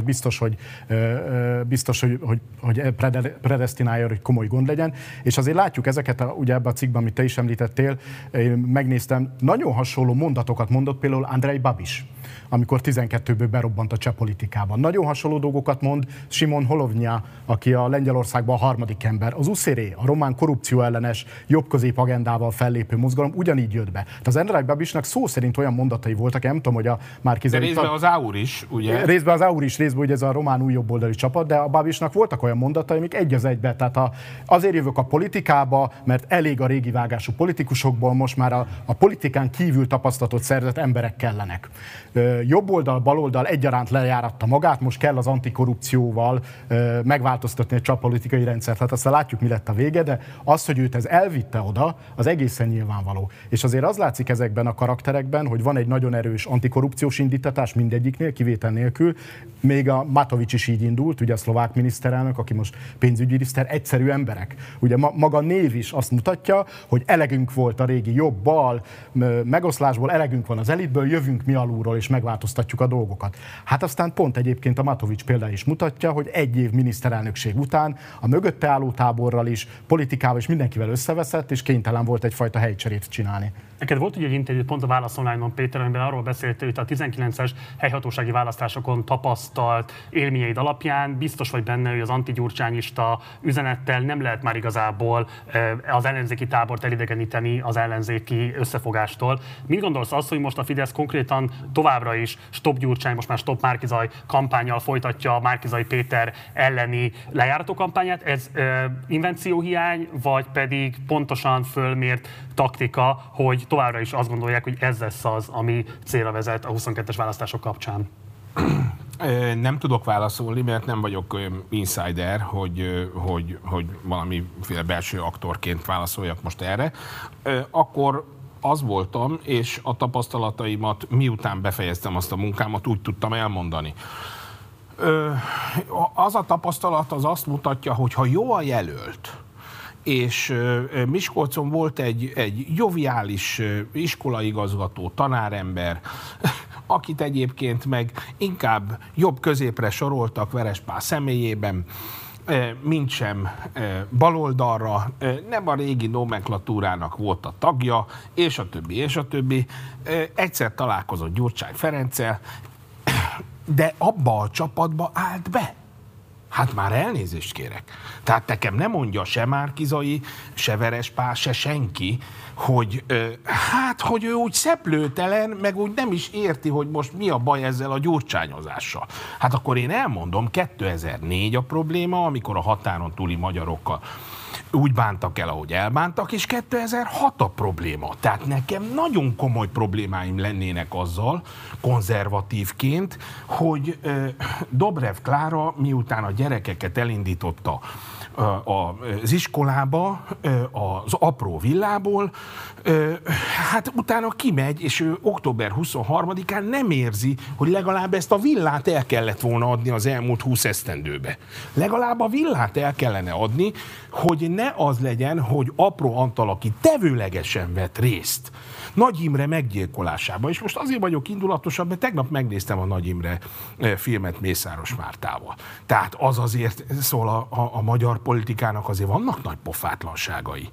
biztos, hogy predesztinálja, hogy komoly gond legyen. És azért látjuk ezeket, ugye ebben a cikkben, amit te is említettél, én megnéztem, nagyon hasonló mondatokat mondott például Andrej Babis, amikor 12-ből berobbant a cseh politikában. Nagyon hasonló dolgokat mond Simon Holovnya, aki a Lengyelországban a harmadik ember. Az USZR, a román korrupció ellenes jobb-közép agendával fellépő mozgalom ugyanígy jött be. Tehát az Andrej Babisnak szó szerint olyan mondatai voltak, nem tudom, hogy a Márki-Zay... De részben az AUR is, ugye? Részben az AUR is, részben ugye ez a román új jobboldali csapat, de a Babisnak voltak olyan mondatai, amik egy az egybe. Tehát azért jövök a politikába, mert elég a régi vágású politikusokból, most már a politikán kívül tapasztalatot szerzett emberek kellenek. Jobboldal, baloldal egyaránt lejáratta magát, most kell az antikorrupcióval megváltoztatni egy politikai rendszert. Hát aztán látjuk, mi lett a vége, de az, hogy őt ez elvitte oda, az egészen nyilvánvaló. És azért az látszik ezekben a karakterekben, hogy van egy nagyon erős antikorrupciós indítatás mindegyiknél, kivétel nélkül. Még a Matovics is így indult, ugye a szlovák miniszterelnök, aki most pénzügyminiszter, egyszerű emberek. Ugye maga a név is azt mutatja, hogy elegünk volt a régi jobb-bal megoszlásból, elegünk van az elitből, jövünk mi alulról és megváltoztatjuk a dolgokat. Hát aztán pont egyébként a Matovics példája is mutatja, hogy egy év miniszterelnökség után a mögötte álló táborral is, politikával is mindenkivel összeveszett, és kénytelen volt egyfajta helycserét csinálni. Neked volt ugye egy interjú pont a Válasz Online-on, Péter, amiben arról beszéltél, hogy a 19-es helyhatósági választásokon tapasztalt élményeid alapján biztos vagy benne, hogy az antigyurcsányista üzenettel nem lehet már igazából az ellenzéki tábort elidegeníteni az ellenzéki összefogástól. Mit gondolsz az, hogy most a Fidesz konkrétan továbbra is Stop Gyurcsány, most már Stop Márki-Zay kampánnyal folytatja a Márki-Zay Péter elleni lejárató kampányát? Ez invencióhiány, vagy pedig pontosan fölmért taktika, hogy továbbra is azt gondolják, hogy ez lesz az, ami célra vezet a 22-es választások kapcsán? Nem tudok válaszolni, mert nem vagyok insider, hogy valamiféle belső aktorként válaszoljak most erre. Akkor az voltam, és a tapasztalataimat miután befejeztem azt a munkámat, úgy tudtam elmondani. Az a tapasztalat az azt mutatja, hogy ha jó a jelölt, és Miskolcon volt egy joviális iskolaigazgató, tanárember, akit egyébként meg inkább jobb középre soroltak Verespál személyében, mintsem baloldalra, nem a régi nomenklatúrának volt a tagja, és a többi, és a többi. Egyszer találkozott Gyurcsány Ferenccel, de abba a csapatba állt be. Hát már elnézést kérek. Tehát nekem nem mondja se Márki-Zay, se Verespál, se senki, hogy hogy ő úgy szeplőtelen, meg úgy nem is érti, hogy most mi a baj ezzel a gyurcsányozással. Hát akkor én elmondom, 2004 a probléma, amikor a határon túli magyarokkal úgy bántak el, ahogy elbántak, és 2006 a probléma. Tehát nekem nagyon komoly problémáim lennének azzal, konzervatívként, hogy Dobrev Klára miután a gyerekeket elindította az iskolába, az apró villából, hát utána kimegy, és ő október 23-án nem érzi, hogy legalább ezt a villát el kellett volna adni az elmúlt 20 esztendőbe. Legalább a villát el kellene adni, hogy ne az legyen, hogy apró Antal, aki tevőlegesen vett részt Nagy Imre meggyilkolásában. És most azért vagyok indulatosabb, mert tegnap megnéztem a Nagy Imre filmet Mészáros Mártával. Tehát az azért, szóval a magyar politikának azért vannak nagy pofátlanságai.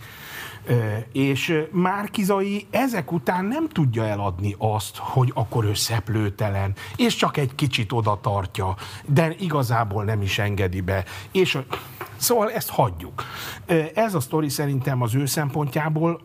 És Márki-Zay ezek után nem tudja eladni azt, hogy akkor ő szeplőtelen, és csak egy kicsit oda tartja, de igazából nem is engedi be. És szóval ezt hagyjuk. Ez a sztori szerintem az ő szempontjából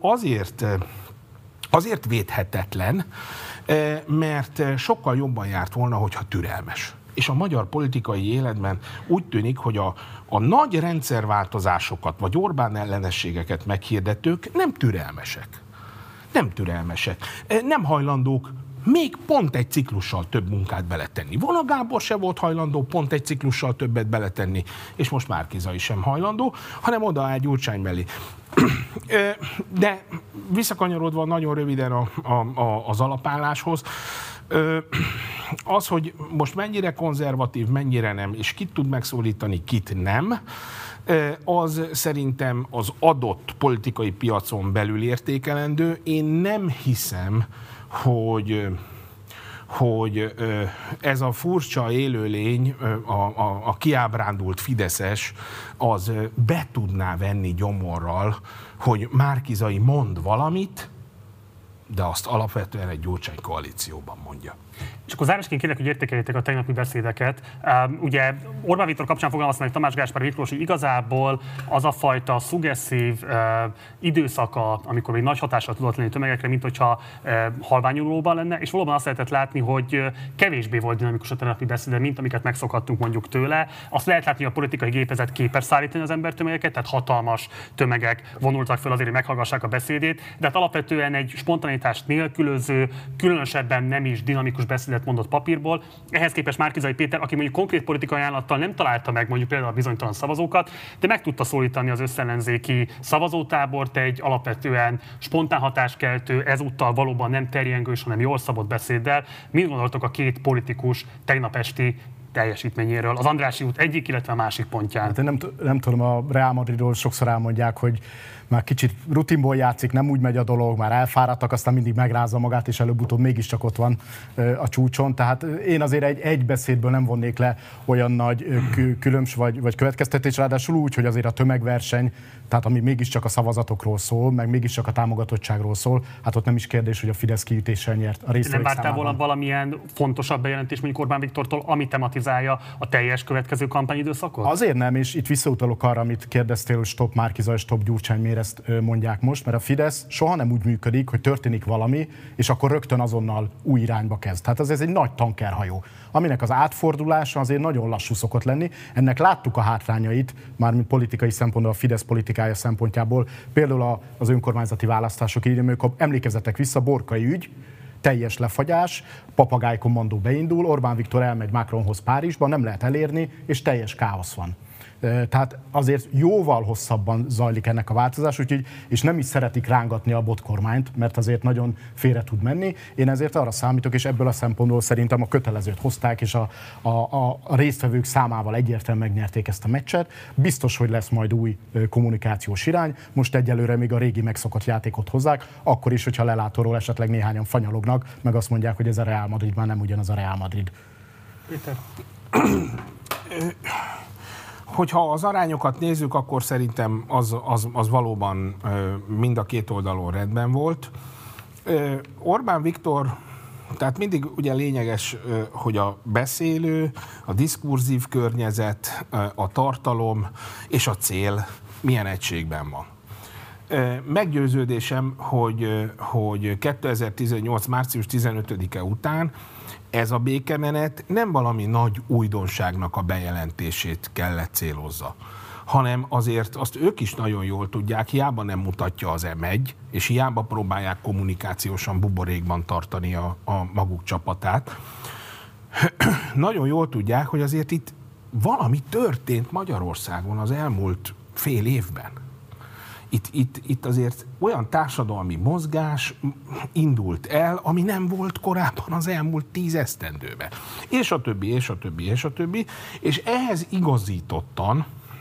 azért védhetetlen, mert sokkal jobban járt volna, hogyha türelmes. És a magyar politikai életben úgy tűnik, hogy a nagy rendszerváltozásokat, vagy Orbán ellenességeket meghirdetők nem türelmesek. Nem türelmesek. Nem hajlandók még pont egy ciklussal több munkát beletenni. Vona Gábor se volt hajlandó pont egy ciklussal többet beletenni, és most Márki-Zay sem hajlandó, hanem odaáll Gyurcsány mellé. De visszakanyarodva nagyon röviden az alapálláshoz, az, hogy most mennyire konzervatív, mennyire nem, és kit tud megszólítani, kit nem, az szerintem az adott politikai piacon belül értékelendő. Én nem hiszem, hogy ez a furcsa élőlény, a kiábrándult fideszes, az be tudná venni gyomorral, hogy Márki-Zay mond valamit, de azt alapvetően egy Gyurcsány koalícióban mondja. És akkor zárásként kérlek, hogy értékeljétek a tegnapi beszédeket. Ugye Orbán Viktor kapcsán fogalmazta meg Tamás Gáspár Miklós, hogy igazából az a fajta szugesszív időszaka, amikor még nagy hatással tudott lenni tömegekre, mint hogyha halványulóban lenne, és valóban azt lehetett látni, hogy kevésbé volt dinamikus a tegnapi beszéde, mint amiket megszokhattunk mondjuk tőle. Azt lehet látni, hogy a politikai gépezet képes szállítani az embertömegeket, tehát hatalmas tömegek vonultak föl azért, hogy meghallgassák a beszédét, de hát alapvetően egy spontanitást nélkülöző, különösebben nem is dinamikus beszédet mondott papírból. Ehhez képest Márki-Zay Péter, aki mondjuk konkrét politikai ajánlattal nem találta meg mondjuk például a bizonytalan szavazókat, de meg tudta szólítani az összellenzéki szavazótábort egy alapvetően spontán hatáskeltő, ezúttal valóban nem terjengős, hanem jól szabott beszéddel. Mit gondoltok a két politikus tegnap esti teljesítményéről, az Andrássy út egyik, illetve a másik pontján. Hát én nem tudom, a Real Madridról sokszor elmondják, hogy már kicsit rutinból játszik, nem úgy megy a dolog, már elfáradtak, aztán mindig megrázza magát, és előbb-utóbb mégiscsak ott van a csúcson. Tehát én azért egy beszédből nem vonnék le olyan nagy vagy következtetés, ráadásul úgy, hogy azért a tömegverseny, tehát ami mégiscsak a szavazatokról szól, meg mégiscsak a támogatottságról szól, hát ott nem is kérdés, hogy a Fidesz kiütéssel nyert a résztvevők számában. Nem vártál volna valamilyen fontosabb bejelentés mondjuk Orbán Viktortól, ami tematizálja a teljes következő kampányidőszakot? Azért nem, és itt visszautalok arra, amit kérdeztél, hogy stop Márki-Zay és stop Gyurcsány, miért ezt mondják most, mert a Fidesz soha nem úgy működik, hogy történik valami, és akkor rögtön azonnal új irányba kezd. Tehát ez egy nagy tankerhajó, aminek az átfordulása azért nagyon lassú szokott lenni. Ennek láttuk a hátrányait, mármint politikai szempontból, a Fidesz politikája szempontjából, például az önkormányzati választások idején, amikor emlékezzetek vissza, Borkai ügy, teljes lefagyás, papagájkommandó beindul, Orbán Viktor elmegy Macronhoz Párizsba, nem lehet elérni, és teljes káosz van. Tehát azért jóval hosszabban zajlik ennek a változás, úgyhogy, és nem is szeretik rángatni a botkormányt, mert azért nagyon félre tud menni. Én ezért arra számítok, és ebből a szempontból szerintem a kötelezőt hozták, és a résztvevők számával egyértelműen megnyerték ezt a meccset. Biztos, hogy lesz majd új kommunikációs irány. Most egyelőre még a régi megszokott játékot hozzák, akkor is, hogyha lelátóról esetleg néhányan fanyalognak, meg azt mondják, hogy ez a Real Madrid már nem ugyanaz a Real Madrid. Péter. Hogyha az arányokat nézzük, akkor szerintem az valóban mind a két oldalon rendben volt. Orbán Viktor, tehát mindig ugye lényeges, hogy a beszélő, a diskurzív környezet, a tartalom és a cél milyen egységben van. Meggyőződésem, hogy 2018. március 15-e után ez a békemenet nem valami nagy újdonságnak a bejelentését kellett célozza, hanem azért azt ők is nagyon jól tudják, hiába nem mutatja az M1, és hiába próbálják kommunikációsan buborékban tartani a maguk csapatát. Nagyon jól tudják, hogy azért itt valami történt Magyarországon az elmúlt fél évben. Itt azért olyan társadalmi mozgás indult el, ami nem volt korábban az elmúlt 10 esztendőben. És a többi, és a többi, és a többi. És ehhez igazítottan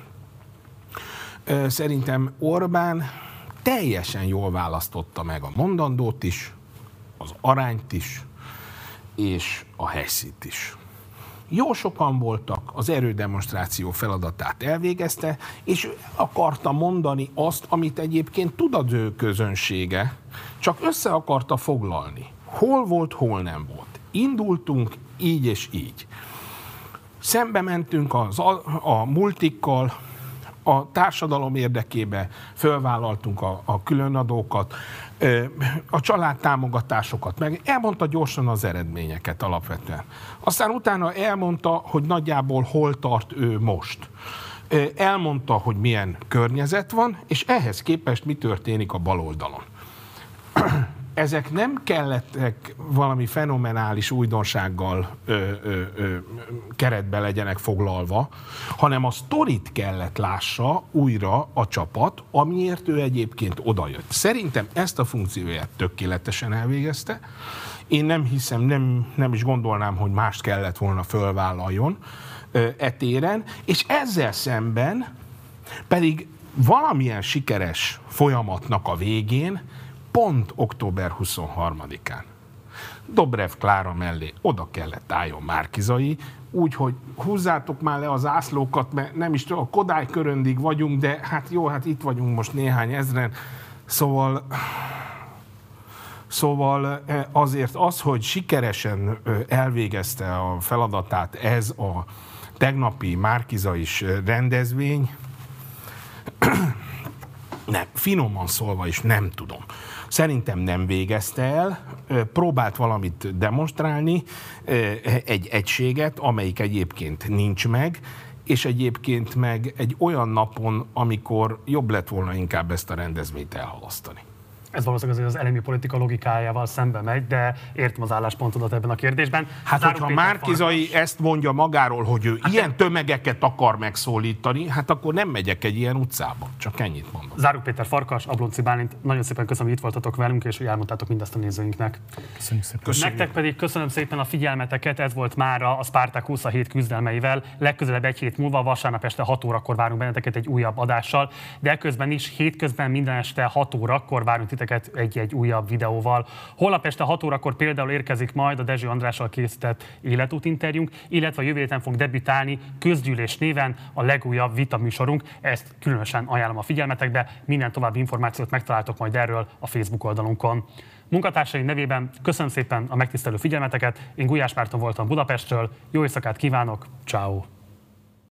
szerintem Orbán teljesen jól választotta meg a mondandót is, az arányt is, és a helyszínt is. Jó sokan voltak, az erődemonstráció feladatát elvégezte, és akarta mondani azt, amit egyébként tud az ő közönsége, csak össze akarta foglalni. Hol volt, hol nem volt. Indultunk így és így. Szembe mentünk a multikkal, a társadalom érdekébe fölvállaltunk a különadókat, a családtámogatásokat, meg elmondta gyorsan az eredményeket alapvetően. Aztán utána elmondta, hogy nagyjából hol tart ő most. Elmondta, hogy milyen környezet van, és ehhez képest mi történik a baloldalon. Ezek nem kellettek valami fenomenális újdonsággal keretbe legyenek foglalva, hanem a sztorit kellett lássa újra a csapat, amiért ő egyébként odajött. Szerintem ezt a funkcióját tökéletesen elvégezte. Én nem hiszem, nem is gondolnám, hogy mást kellett volna fölvállaljon téren, és ezzel szemben pedig valamilyen sikeres folyamatnak a végén, pont október 23-án Dobrev Klára mellé oda kellett álljon Márki-Zay, úgyhogy húzzátok már le az ászlókat, mert nem is tudom, a Kodály köröndig vagyunk, de hát jó, hát itt vagyunk most néhány ezren, szóval azért az, hogy sikeresen elvégezte a feladatát ez a tegnapi Márki-Zay-s rendezvény, nem, finoman szólva is nem tudom. Szerintem nem végezte el, próbált valamit demonstrálni, egy egységet, amelyik egyébként nincs meg, és egyébként meg egy olyan napon, amikor jobb lett volna inkább ezt a rendezvényt elhalasztani. Ez valószínűleg az elemi politika logikájával szembe megy, de értem az álláspontodat ebben a kérdésben. Hát, hogyha Márki-Zay ezt mondja magáról, hogy ő ilyen tömegeket akar megszólítani, hát akkor nem megyek egy ilyen utcába. Csak ennyit mondom. Záruk Péter Farkas, Ablonczy Bálint, nagyon szépen köszönöm, hogy itt voltatok velünk, és hogy elmondtátok mindezt a nézőinknek. Köszönjük szépen. Nektek pedig köszönöm szépen a figyelmeteket, ez volt mára a Spartacus a hét küzdelmeivel. Legközelebb egy hét múlva, vasárnap este 6 órakor várunk benneteket egy újabb adással, de ekközben is hétközben minden este 6 órakor várunk titeket egy újabb videóval. Holnap este 6 órakor például érkezik majd a Dezső Andrással készített életútinterjúnk, illetve a jövő héten fog debütálni Közgyűlés néven a legújabb vitaműsorunk. Ezt különösen ajánlom a figyelmetekbe, minden további információt megtaláltok majd erről a Facebook oldalunkon. Munkatársaim nevében köszönöm szépen a megtisztelő figyelmeteket, én Gulyás Márton voltam Budapestről, jó éjszakát kívánok, ciao.